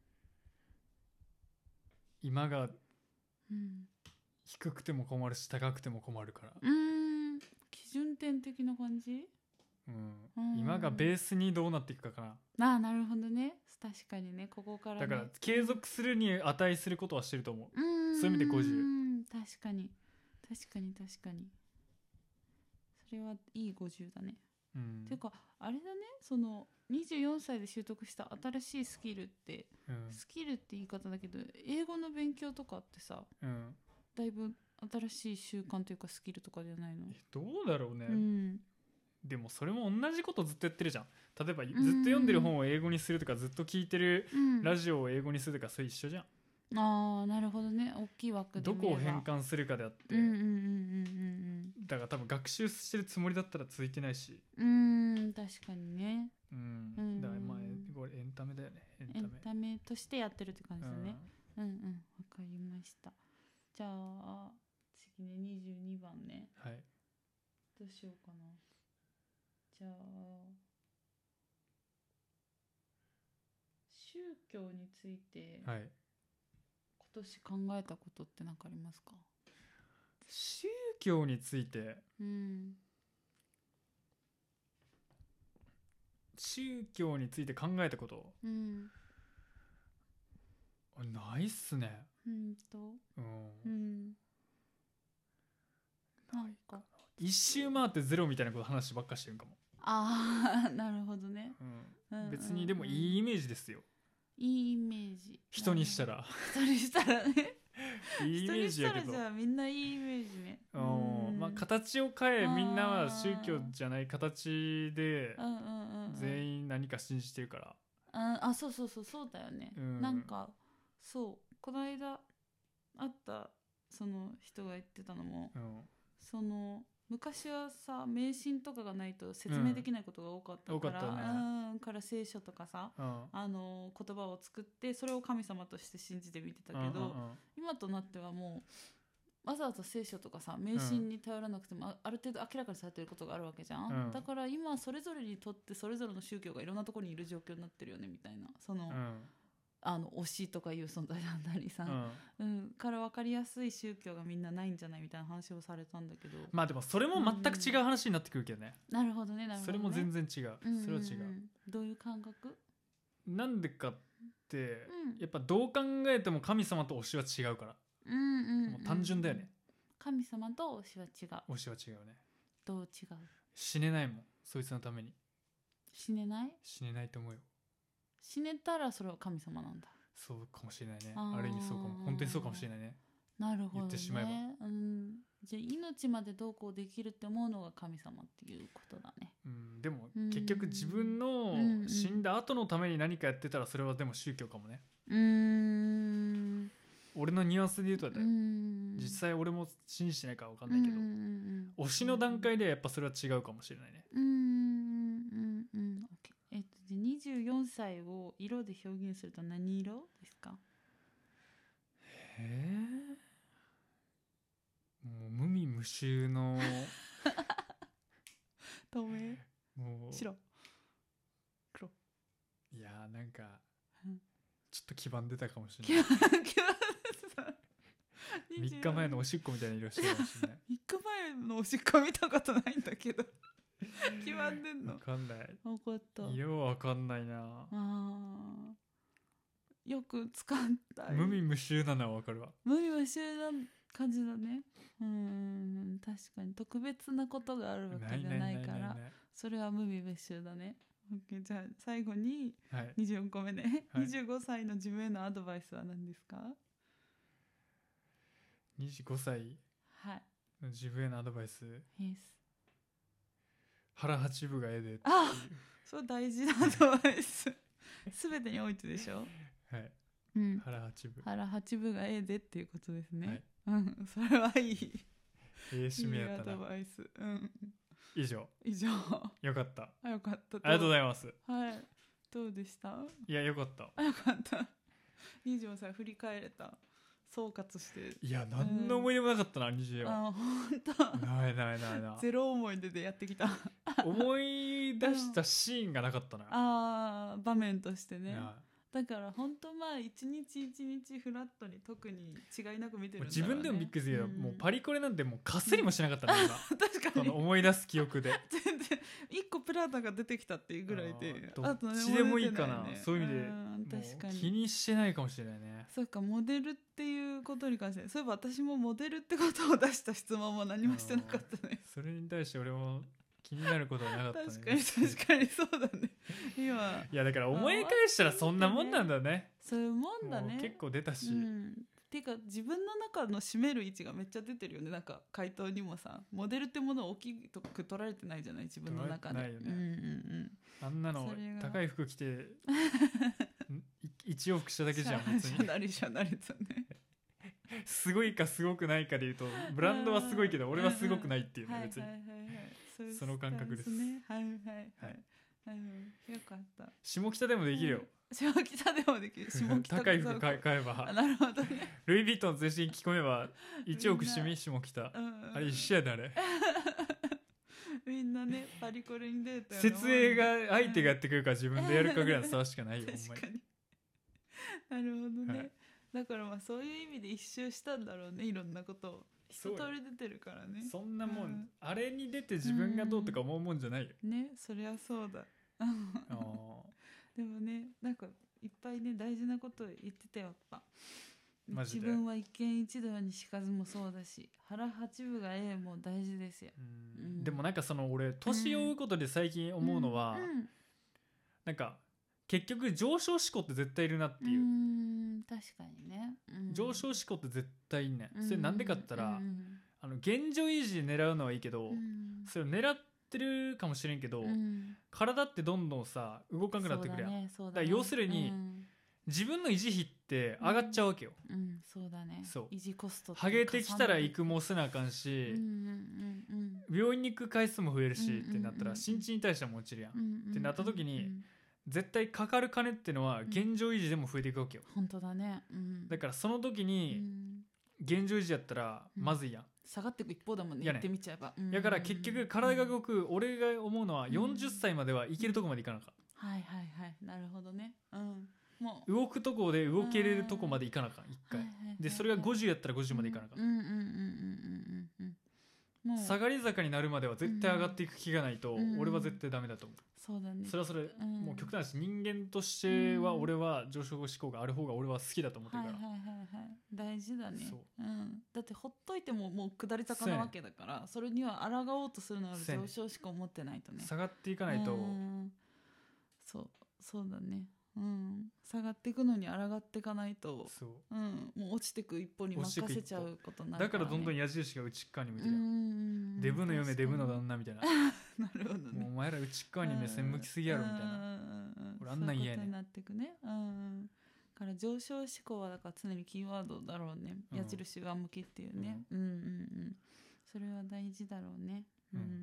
今がうん低くても困るし高くても困るから。 うーん基準点的な感じ？ うん、今がベースにどうなっていくかかな。ああ、なるほどね。確かにね、ここから、ね、 だから継続するに値することはしてると思う。 うんそういう意味でごじゅう。 確かに確かに確かに。それはいいごじゅうだね。うん、ていうかあれだね、そのにじゅうよんさいで習得した新しいスキルって、うん、スキルって言い方だけど英語の勉強とかってさ、うん、だいぶ新しい習慣というかスキルとかじゃないの？ どうだろうね、うん、でもそれも同じことずっとやってるじゃん。例えばずっと読んでる本を英語にするとか、ずっと聞いてるラジオを英語にするとか、それ一緒じゃん。 ああ、なるほどね。大きい枠でどこを変換するかであって、 うんうんうんうんうん、 だから多分学習してるつもりだったら続いてないし、 うん確かにね、 うん、うん、だからまあこれエンタメだよね。エンタメ、 エンタメとしてやってるって感じだね。うん、うんうん、わかりました。じゃあ次ね、にじゅうにばんね。 はい、 どうしようかな。じゃあ宗教について、はい、今年考えたことって何かありますか？ 宗教について、うん、宗教について考えたこと、うん、ないっすね。 うんと、うん、うん、 なんか一周回ってゼロみたいなこと話ばっかしてるんかも。 ああ、なるほどね、 うん、別にでもいいイメージですよ。 いいイメージ。 人にしたら人にしたらねいいイメージやけど、 人にしたらじゃあみんないいイメージね。 うん、まあ、形を変え、みんなは宗教じゃない形で全員何か信じてるから、 ああ、そうそうそうそうだよね、うん、なんかそうこの間会ったその人が言ってたのも、うん、その昔はさ、迷信とかがないと説明できないことが多かったから、うん、多かったね、うん、から聖書とかさ、うん、あの言葉を作ってそれを神様として信じてみてたけど、うんうんうん、今となってはもうわざわざ聖書とかさ、迷信に頼らなくても、うん、ある程度明らかにされてることがあるわけじゃん、うん、だから今それぞれにとってそれぞれの宗教がいろんなところにいる状況になってるよねみたいな、その、うん、 あの推しとかいう存在だったりさ、うんうん、から分かりやすい宗教がみんなないんじゃないみたいな話をされたんだけど、 まあでもそれも全く違う話になってくるけどね、 うん、なるほどねなるほどね、 それも全然違う、うんうんうん、それは違う。 どういう感覚？ なんでかって、うん、やっぱどう考えても神様と推しは違うから、うんうんうん、もう単純だよね。 神様と推しは違う。 推しは違うね。 どう違う？ 死ねないもん、そいつのために。 死ねない？ 死ねないと思うよ。 死ねたらそれは神様なんだ。 そうかもしれないね。ある意味そうかも、本当にそうかもしれないね。 なるほどね。 言ってしまえば、 うん、じゃあ命までどうこうできるって思うのが神様っていうことだね。 うん、でも結局自分の死んだ後のために何かやってたらそれはでも宗教かもね。うーん、俺のニュアンスで言うとだよ。実際俺も信じてないから分かんないけど、推しの段階ではやっぱそれは違うかもしれないね。うーんうんうん。えっとにじゅうよんさいを色で表現すると何色ですか？ へえ、もう無味無臭の透明、もう白黒。 いやーなんかちょっと黄ばんでたかもしれない。みっかまえのおしっこみたいな色してるかもしれない。 みっかまえのおしっこ見たことないんだけど黄ばんでんの？ 分かんない。 分かった。 色は分かんないな。 あ、よく使った。 無味無臭なのは分かるわ。 無味無臭な感じだね。うん、確かに特別なことがあるわけじゃないからそれは無味無臭だね。OK、じゃあ最後ににじゅうよんこめね、はい、にじゅうごさいの自分へのアドバイスは何ですか？ にじゅうごさいの自分へのアドバイス、はい、腹八分がええでっていう。 あ、そう大事なアドバイス全てにおいてでしょ。 はい、うん、腹八分腹八分がええでっていうことですね、はい、うん、それはいい、 ええ締めやったな。 いいアドバイス、うん、 以上以上よかった。 あ、よかった。 ありがとうございます。 はい、どうでした？ いや、よかった。 あ、よかった。にじゅうよんさい振り返れた、総括して。 いや、何の思い出もなかったな、うん、にじゅうよん。 あ、ほんとないないないな。 ゼロ思い出でやってきた思い出したシーンがなかったな、うん、 あ、場面としてね。だから本当まあ一日一日フラットに特に違いなく見てるんだろうね。 自分でもびっくりするけど、うん、もうパリコレなんてもうかすりもしなかったね、うん、 確かに思い出す記憶で全然一個プラダが出てきたっていうぐらいで、 どっちでもいいかな、ね、そういう意味で確かに気にしてないかもしれないね。 そうか、モデルっていうことに関して、そういえば私もモデルってことを出した質問も何もしてなかったね。 それに対して俺も気になることはなかったね。 確かに確かにそうだね。今いやだから思い返したらそんなもんなんだね。 そういうもんだね。 結構出たし、うん、 っていうか自分の中の占める位置がめっちゃ出てるよね。なんか回答にもさ、モデルってものを大きく取られてないじゃない、自分の中で。ないよね、うんうんうん、 あんなの高い服着て一往復しただけじゃん。 別にシャナリシャナリとねすごいかすごくないかでいうとブランドはすごいけど俺はすごくないっていうね、別に、はいはいはいはい、その感覚です。 ね、はいはいはい、はい、よかった。 下北でもできるよ、 下北でもできる。下北高い服買えば。 なるほどね。 ルイ・ヴィトン全身着込めばいちおくしみ下北、うん、あれ一緒やであれみんなねパリコレに出たよ。 設営が相手がやってくるから自分でやるかぐらいの差しかないよほんまに。 なるほどね、はい、だからまあそういう意味で一周したんだろうね、いろんなことを。一通り出てるからね。 そんなもん、うん、あれに出て自分がどうとか思うもんじゃないよ、 うん、ね、そりゃそうだでもね、なんかいっぱいね大事なこと言ってたよ、やっぱ。自分は一見一度にしかずもそうだし、腹八分がええも大事ですよ。 うん、うん、でもなんかその俺年を追うことで最近思うのは、うんうん、なんか結局上昇志向って絶対いるなっていう。うーん、確かにね、 うん、上昇志向って絶対いんねん。それなんでかって言ったら、うん、あの現状維持狙うのはいいけど、うん、それを狙ってるかもしれんけど、うん、体ってどんどんさ動かなくなってくるやん。そうだね、そうだね。だから要するに、うん、自分の維持費って上がっちゃうわけよ、 うんうん、そうだね。そう維持コストってハゲてきたら育毛せなあかんし、うんうんうんうん、病院に行く回数も増えるし、うんうんうん、ってなったら身長に対しても落ちるやん、うんうんうん、ってなった時に、うん、絶対かかる金っていうのは現状維持でも増えていくわけよ、 うん、本当だね、うん、 だからその時に現状維持やったらまずいやん、うん、 下がっていく一方だもんね、言ってみちゃえば。 だから結局体が動く、うん、俺が思うのはよんじゅっさいまではいけるとこまでいかなか、 うん、はいはいはい、なるほどね、うん、 もう動くとこで動けれるとこまでいかなあかん一回、はいはいはいはい、でそれがごじゅうやったらごじゅうまでいかなあかん、うんうんうんうんうんうん、下がり坂になるまでは絶対上がっていく気がないと、うん、俺は絶対ダメだと思う。 そうだね、 それはそれ、うん、もう極端だし人間としては俺は上昇志向がある方が俺は好きだと思ってるから、はいはいはいはい、 大事だね。そう、うん、だってほっといてももう下り坂なわけだから そ, それには抗おうとするのは上昇志向を持ってないとね、 下がっていかないと、うん、 そうそうだね、うん、下がっていくのに抗っていかないと、そう、うん、もう落ちていく一歩に任せちゃうことになるから、ね、 だからどんどん矢印が内側に向いてる、デブの嫁デブの旦那みたいななるほどね、 もうお前ら内側に目線向きすぎやろみたいな、俺あんなん嫌やねん、そういうことになっていくね、うん、から上昇志向はだから常にキーワードだろうね、うん、矢印上向きっていうね、うん、うんうんうんそれは大事だろうね、うん、うん、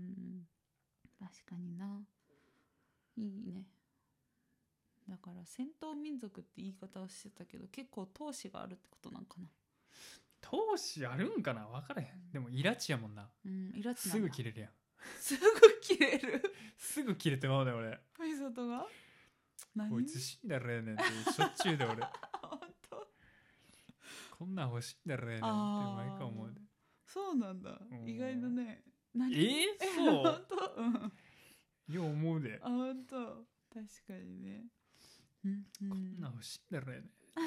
確かにないいね。だから戦闘民族って言い方をしてたけど結構闘志があるってことなんかな。闘志あるんかな分からへん、うん、でもイラチやもんな、 うん、イラチすぐ切れるやんすぐ切れるすぐ切れてまうね俺。 みさとがこいつ死んだらええねんってしょっちゅうで俺本当こんなん欲しいんだらええねんって毎回思うで。 そうなんだ、意外だね。 何えー、そう本当、うん、 よう思うで。 あ本当確かにね、うんうん、 こんなん欲しいんだらええねん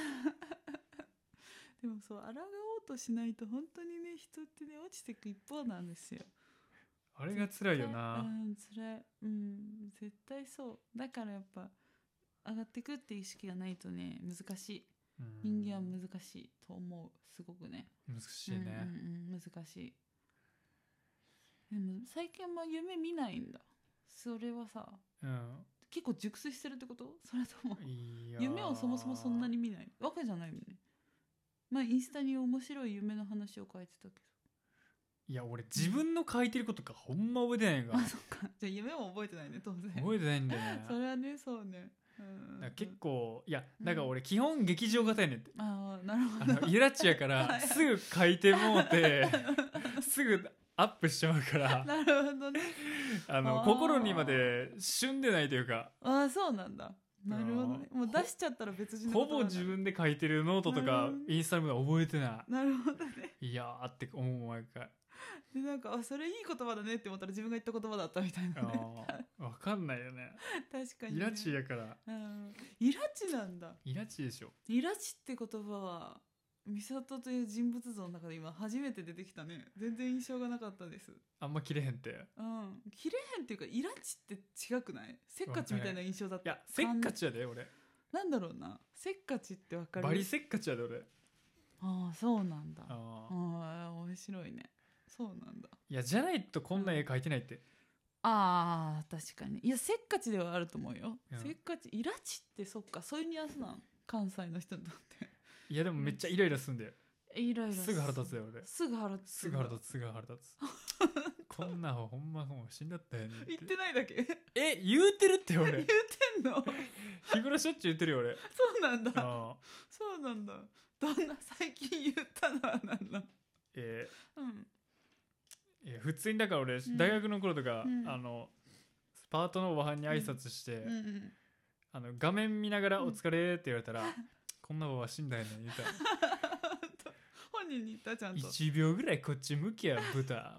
でもそう抗おうとしないと本当にね人ってね落ちていく一方なんですよ。 あれが辛いよな。 うん辛い、うん絶対そう。だからやっぱ上がっていくっていう意識がないとね難しい、人間は難しいと思う。すごくね難しいね、 うんうんうん、難しい。でも最近は夢見ないんだ。それはさ、うん、結構熟睡してるってこと？それとも夢をそもそもそんなに見ないわけじゃないよね。まあインスタに面白い夢の話を書いてたけど、 いや俺自分の書いてることかほんま覚えてないんが、 あそっか、じゃあ夢も覚えてないね当然。 覚えてないんだよねそれはねそうね、うん、 だ結構いやだから俺基本劇場型やねんって、うん、 ああなるほど。 あのイラチやからすぐ書いてもうてすぐアップしちゃうからなるほどねあの心にまで旬でないというか。 ああそうなんだ。なるほどね。もう出しちゃったら別人のほぼ自分で書いてるノートとかインスタグラムで覚えてない。 なるほどね。 いやーって思う毎回でなんかあそれいい言葉だねって思ったら自分が言った言葉だったみたいな、ね、 あ分かんないよね確かに、ね、 イラチやから、 うん、イラチなんだ。 イラチでしょ。 イラチって言葉は美里という人物像の中で今初めて出てきたね。全然印象がなかったです。 あんま切れへんって。 うん切れへんっていうかイラチって違くない？せっかちみたいな印象だった。 いやせっかちやで俺。 なんだろうな、せっかちってわかる？ バリせっかちやで俺。 ああそうなんだ。ああ面白いね。そうなんだ。 いやじゃないとこんな絵描いてないって、うん、 ああ確かに。いやせっかちではあると思うよ、うん、せっかち。イラチってそっかそういうニュアンスなん関西の人にとっていやでもめっちゃイライラすんだよ。 イライラすぐ腹立つよ俺。 すぐ腹立つすぐ腹立つすぐ腹立つこんなほんまもう死んだったよね。 言ってないだけえ言うてるって俺。 言うてんの日頃しょっちゅう言ってるよ俺。 そうなんだ。あそうなんだ。どんな最近言ったのは何なの？えー、うんいや普通にだから俺、うん、大学の頃とか、うん、あのパートのおばはんに挨拶して、うんうん、あの画面見ながらお疲れって言われたら、うん、こんなおばは死んだよね言った本人に言ったちゃんといちびょうぐらいこっち向きや豚なる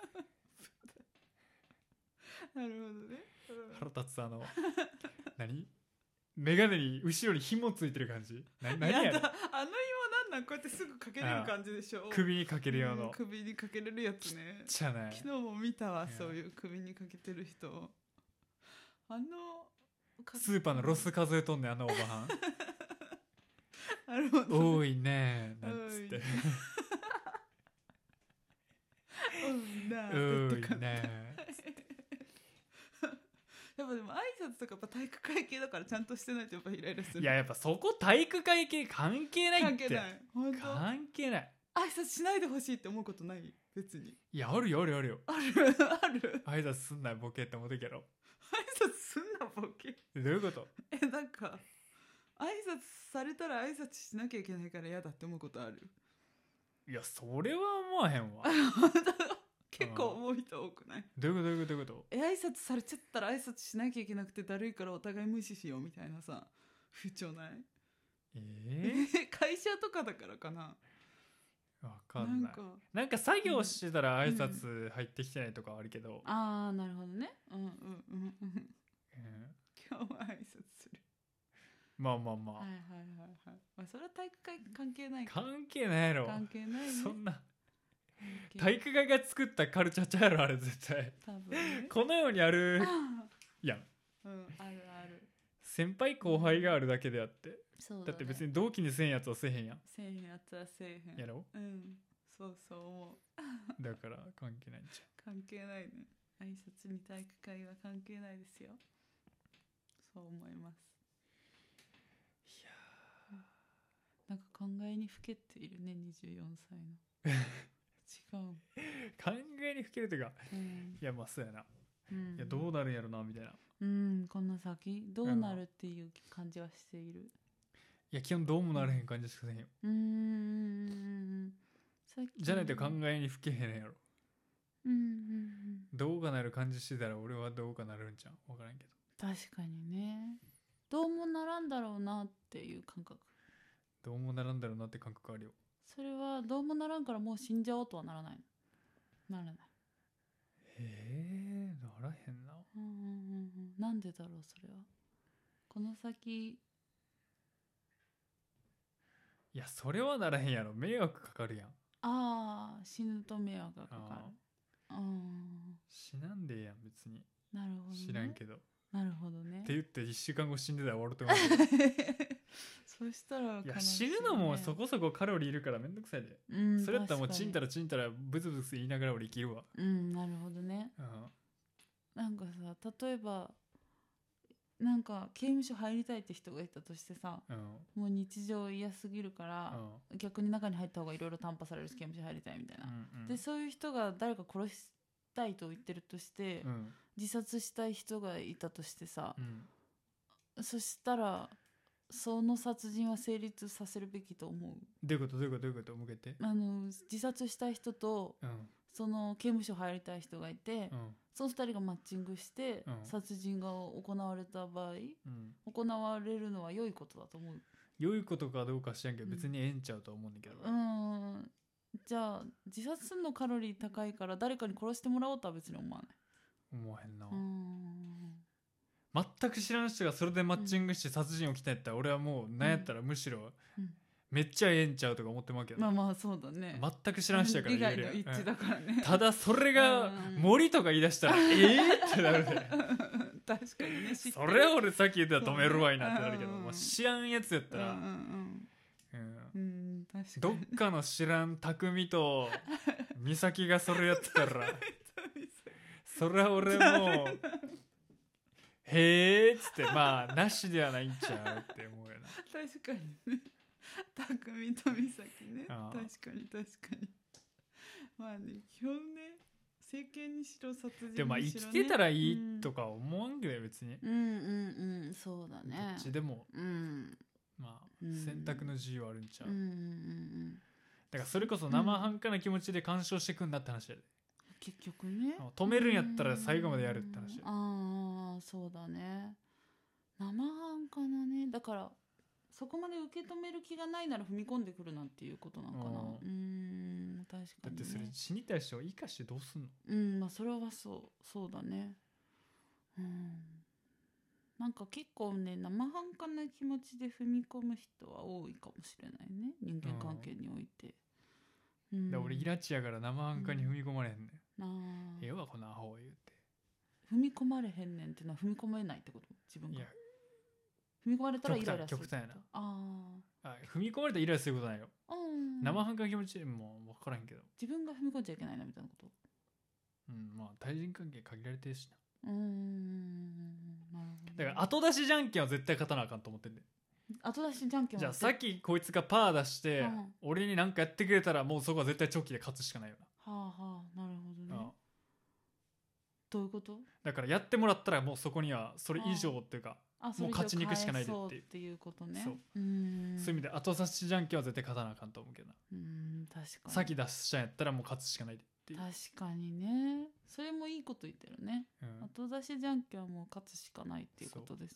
ほどね、 腹立つ。あの何メガネに後ろに紐ついてる感じ。な何やねんあの紐なんなんこうやってすぐかけれる感じでしょ。 首にかけるようの、うん、 首にかけれるやつね。 じゃない昨日も見たわそういう首にかけてる人。あのスーパーのロス数えとんねんあのおばはんなるほど、ね、 多いねなんつって多いねやっぱでも挨拶とかやっぱ体育会系だからちゃんとしてないとやっぱイライラする。 いややっぱそこ体育会系関係ないって。 関係ない。本当関係ない。 挨拶しないでほしいって思うことない別に。 いやあるよあるよあるよ。 あるある。 挨拶すんなボケって思うときやろ。 挨拶すんなボケ。 どういうこと？ えなんか挨拶されたら挨拶しなきゃいけないから嫌だって思うことある？ いやそれは思わへんわ結構思う人多くない？ どういうことどういうことどういうこと？ え挨拶されちゃったら挨拶しなきゃいけなくてだるいからお互い無視しようみたいなさ風潮ない？ えー、会社とかだからかな。 わかんない。なんか、なんか作業してたら挨拶入ってきてないとかあるけど、うん、 ああなるほどね。うんうんうんうん、うん、今日は挨拶する。 まあまあまあ、 はいはいはいはい、まあ、それは体育会関係ないか関係ないやろ。 関係ないね。 そんな体育会が作ったカルチャーちゃうやろあれ絶対。 多分、ね、 この世にあるやん。 うん、あるある。 先輩後輩があるだけであって、 うん、 だって別に同期にせんやつはせえへんやん。 せえへんやつはせえへんやろ。 うん、そうそう思うだから関係ないんちゃう。 関係ないね。挨拶に体育会は関係ないですよ。そう思います。 いやー、なんか考えにふけっているねにじゅうよんさいの違う考えにふけるというか、うん、いやまあそうやな、うん、いやどうなるんやろなみたいな、 うん、この先どうなるっていう感じはしている。 いや基本どうもなれへん感じしかせへんよ。うーん、じゃないと考えにふけへんやろ。うんうんうん、どうかなる感じしてたら俺はどうかなるんちゃう分からんけど。 確かにね。どうもならんだろうなっていう感覚。 どうもならんだろうなって感覚あるよ。 それはどうもならんからもう死んじゃおうとはならないの？ならない。 へえ、ならへんな。 うんうんうん、なんでだろうそれは。この先。いやそれはならへんやろ。迷惑かかるやん。 ああ、死ぬと迷惑がかかる。 うん、死なんでええやん別に。 なるほど、ね、 知らんけど。 なるほどね。 って言っていっしゅうかんご死んでたら終わると思うそしたら、ね、いや死ぬのもそこそこカロリーいるからめんどくさいで、うん、それやったらもうちんたらちんたらブツブツ言いながら俺生きるわ。 うん、なるほどね、うん、なんかさ、例えばなんか刑務所入りたいって人がいたとしてさ、うん、もう日常嫌すぎるから、うん、逆に中に入った方がいろいろ担保されるし刑務所入りたいみたいな、うんうん、でそういう人が誰か殺したいと言ってるとして、うん、自殺したい人がいたとしてさ、うん、そしたらその殺人は成立させるべきと思う。 どういうことどういうことどういうこと向けて。 あの自殺したい人と、うん、その刑務所入りたい人がいて、うん、そのふたりがマッチングして、うん、殺人が行われた場合、うん、行われるのは良いことだと思う。 良いことかどうか知らんけど、別にええんちゃうと思うんだけど、 うん、うん、じゃあ自殺するのカロリー高いから誰かに殺してもらおうとは別に思わない。 思わへんな。うん、全く知らん人がそれでマッチングして殺人起きたんやったら、俺はもうなんやったらむしろめっちゃええんちゃうとか思ってまうけど、 まあまあそうだね。 全く知らん人やから言えるよ。利害の一致だからね、 うん、ただそれが森とか言い出したらええってなるで確かにね。 それは俺さっき言ったら止めるわいなってなるけど、まあ、知らんやつやったら、うんうんうん、確かにどっかの知らん匠と美咲がそれやってたらそれは俺もうへーっつってまあなしではないんちゃうって思うよな。 確かにね。匠と美咲ね。ああ確かに確かに。まあね、基本ね、政権にしろ殺人にしろ、ね、 でもまあ生きてたらいいとか思わんけど別に、 うん、うんうんうん、そうだね。 どっちでも、 うん、 まあ、うん、選択の自由はあるんちゃう、 うんうんうん、 だからそれこそ生半可な気持ちで干渉してくんなって話やで、 結局ね。 止めるんやったら最後までやるって話や。 ああそうだね。生半可なね。だからそこまで受け止める気がないなら踏み込んでくるなっていうことなのかな。うーん、確かに、ね、 だってそれ死にたい人を生かしてどうすんの。 うん、まあそれはそうそうだね。うん、なんか結構ね生半可な気持ちで踏み込む人は多いかもしれないね、人間関係において。 うん、だ俺イラチやから生半可に踏み込まれへんねん、うん、 あええわこのアホ言うて。 踏み込まれへんねんってのは踏み込めないってこと？自分が。いや踏み込まれたらイライラする。 極端やな。 ああ踏み込まれたらイライラすることないよ。生半可な気持ちもう分からへんけど。 自分が踏み込んじゃいけないなみたいなこと。 うんまあ対人関係限られてるしな。 うーんなるほど。 だから後出しじゃんけんは絶対勝たなあかんと思ってんで。 後出しじゃんけんはじゃあさっきこいつがパー出して、うん、俺に何かやってくれたらもうそこは絶対チョキで勝つしかないよな。 はあはあなるほどね。ああどういうこと？ だからやってもらったらもうそこにはそれ以上っていうかもう勝ちに行くしかないでっていう。 っていうことね。 そう。うーんそういう意味で後出しじゃんけんは絶対勝たなあかんと思うけどな。 うーん確かに。 先出しちゃんやったらもう勝つしかないでっていう。 確かにね。それもいいこと言ってるね。うん、後出しじゃんけんはもう勝つしかないっていうことです。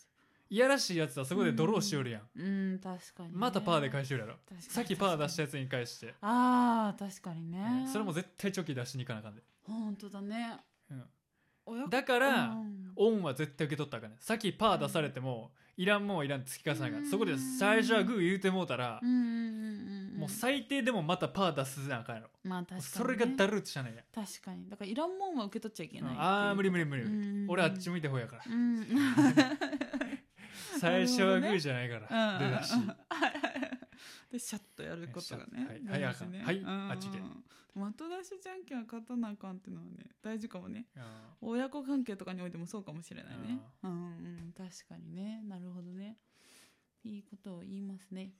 いやらしいやつはそこでドローしよるやん、 うん、うん、確かに、ね、 またパーで返しよるやろ。さっきパー出したやつに返して。 ああ確かにね、 それも絶対チョキ出しに行かなあかんで。 本当だね、 うん、だから、うん、オンは絶対受け取ったらあかんね。さっきパー出されても、うん、いらんもんいらんって突き返さないから、そこで最初はグー言うてもうたら、うんうんうんうん、もう最低でもまたパー出すなあかんやろ。まあ確かに、ね、それがだるってしゃないや。 確かに。だからいらんもんは受け取っちゃいけない、うん、 ああ無理無理無理無理、うん、俺あっち向いてほうやから、うん、最初はグーじゃないから、ね、出だしでシャッとやることがね、 はい、はい、あかん、はい、あっちけ。 的出しじゃんけんは勝たなあかんっていうのはね大事かもね。親子関係とかにおいてもそうかもしれないね。うんうん、確かにね。なるほどね。いいことを言いますね。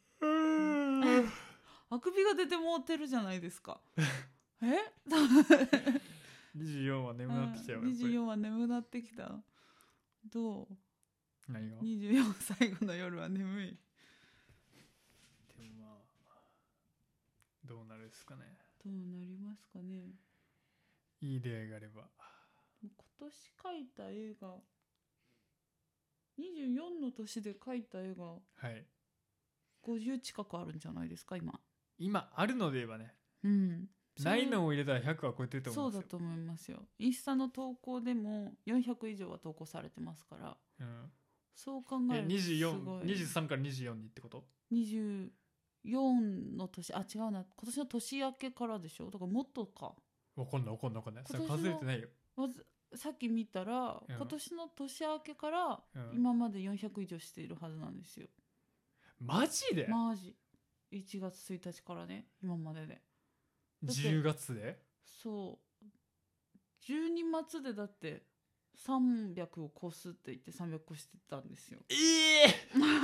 あくびが出てもうてるじゃないですか。えにじゅうよんは眠なってきたよ。 にじゅうよんは眠なってきた。どう？ 何が？ にじゅうよん最後の夜は眠い。 でもまあどうなるですかね。 どうなりますかね。 いい出会いがあれば。 今年描いた絵がにじゅうよんの年で描いた絵がはいごじゅう近くあるんじゃないですか今。 今あるので言えばね。うん。ないのを入れたらひゃくは超えてると思うんですよ。 そうだと思いますよ。インスタの投稿でもよんひゃく以上は投稿されてますから、うん、そう考えるとすごい。 にじゅうよん、にじゅうさんからにじゅうよんにってこと？ にじゅうよんの年、あ違うな、今年の年明けからでしょ。だからもっとか。 わかんないわかんないわかんない。それ数えてないよ。 さっき見たら、うん、今年の年明けから今までよんひゃく以上しているはずなんですよ。 マジで？ マジ。いちがつついたちからね、今までで。 じゅうがつで？ そうじゅうにがつでだってさんびゃくを超すって言ってさんびゃく越してたんですよ。 ええ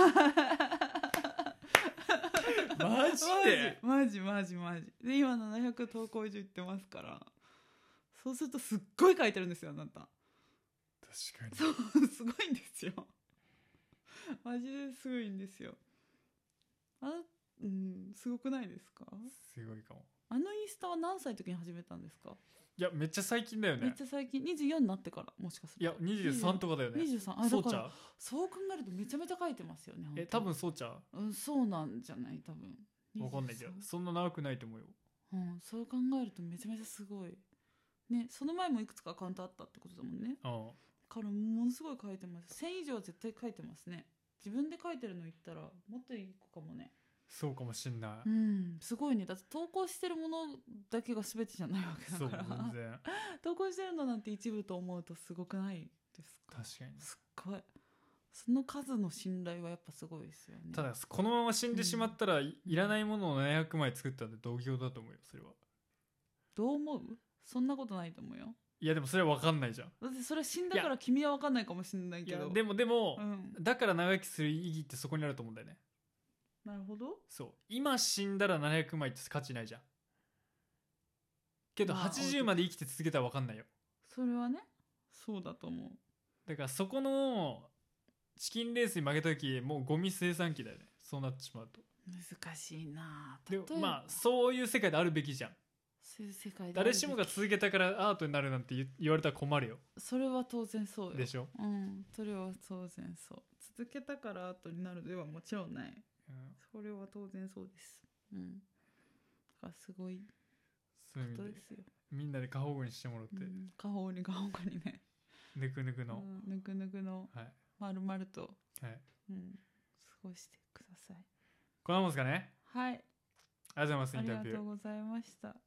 ー、マジでマジマジマジで今ななひゃく投稿以上いってますから、そうするとすっごい書いてるんですよあなた。 確かにそうすごいんですよマジですごいんですよ。あ、うん、すごくないですか？ すごいかも。 あのインスタは何歳の時に始めたんですか？ いやめっちゃ最近だよね。 めっちゃ最近。にじゅうよんになってからもしかすると。 いやにじゅうさんとかだよね。 にじゅうさん、あ、だからそう考えるとめちゃめちゃ書いてますよね。 え多分そうちゃう、 うん、そうなんじゃない多分。 わかんないけどそんな長くないと思うよ。 うん、そう考えるとめちゃめちゃすごいね。その前もいくつかアカウントあったってことだもんね。ああからものすごい書いてます。せん以上は絶対書いてますね。自分で書いてるの言ったらもっといいかもね。 そうかもしんない。 うん、すごいね。だって投稿してるものだけが全てじゃないわけだから。そう全然投稿してるのなんて一部と思うとすごくないですか？ 確かにすっごい。その数の信頼はやっぱすごいですよね。 ただこのまま死んでしまったら、うん、いらないものをななひゃくまい作ったって同業だと思うよそれは。 どう思う？そんなことないと思うよ。 いやでもそれは分かんないじゃん。 だってそれ死んだから君は分かんないかもしれないけど。 いやでもでも、うん、だから長生きする意義ってそこにあると思うんだよね。 なるほど。 そう今死んだらななひゃくまいって価値ないじゃん。けどはちじゅうまで生きて続けたら分かんないよ。 それはねそうだと思う。 だからそこのチキンレースに負けた時もうゴミ生産機だよね。そうなってしまうと難しいな。 でもまあそういう世界であるべきじゃん。 そういう世界で誰しもが続けたからアートになるなんて言われたら困るよ。 それは当然そうよ。 でしょ。うんそれは当然そう。続けたからアートになるではもちろんない、うん、それは当然そうです。うん。だからすごいことですよ。 みんなで過保護にしてもらって、うん、 過保護に過保護にねぬくぬくの、 うん、ぬくぬくの、はい、丸々と、はいうん、過ごしてください。 こんなもんですかね。 はい。 ありがとうございます。インタビューありがとうございました。はい、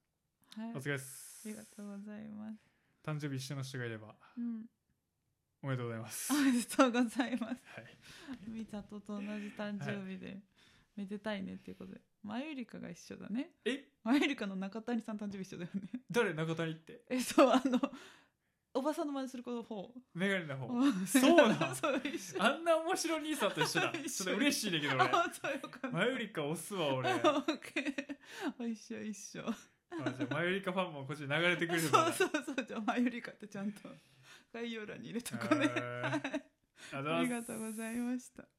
お疲れです。 ありがとうございます。 誕生日一緒の人がいれば、うん、おめでとうございます。 おめでとうございます。はい。みたとと同じ誕生日で、はい、めでたいねっていうことで、マユリカが一緒だね。 え？ マユリカの中谷さん誕生日一緒だよね。 誰中谷って？ え、そうあのおばさんの真似する子の方。 メガネの方。そうなん。そうあんな面白い兄さんと一緒だ。ちょっと嬉しいねんけど俺。マユリカ押すわ俺。 一緒一緒。 あじゃあマユリカファンもこっちに流れてくれるから。そうそうそうじゃあマユリカってちゃんと概要欄に入れとこね。ありがとうございました。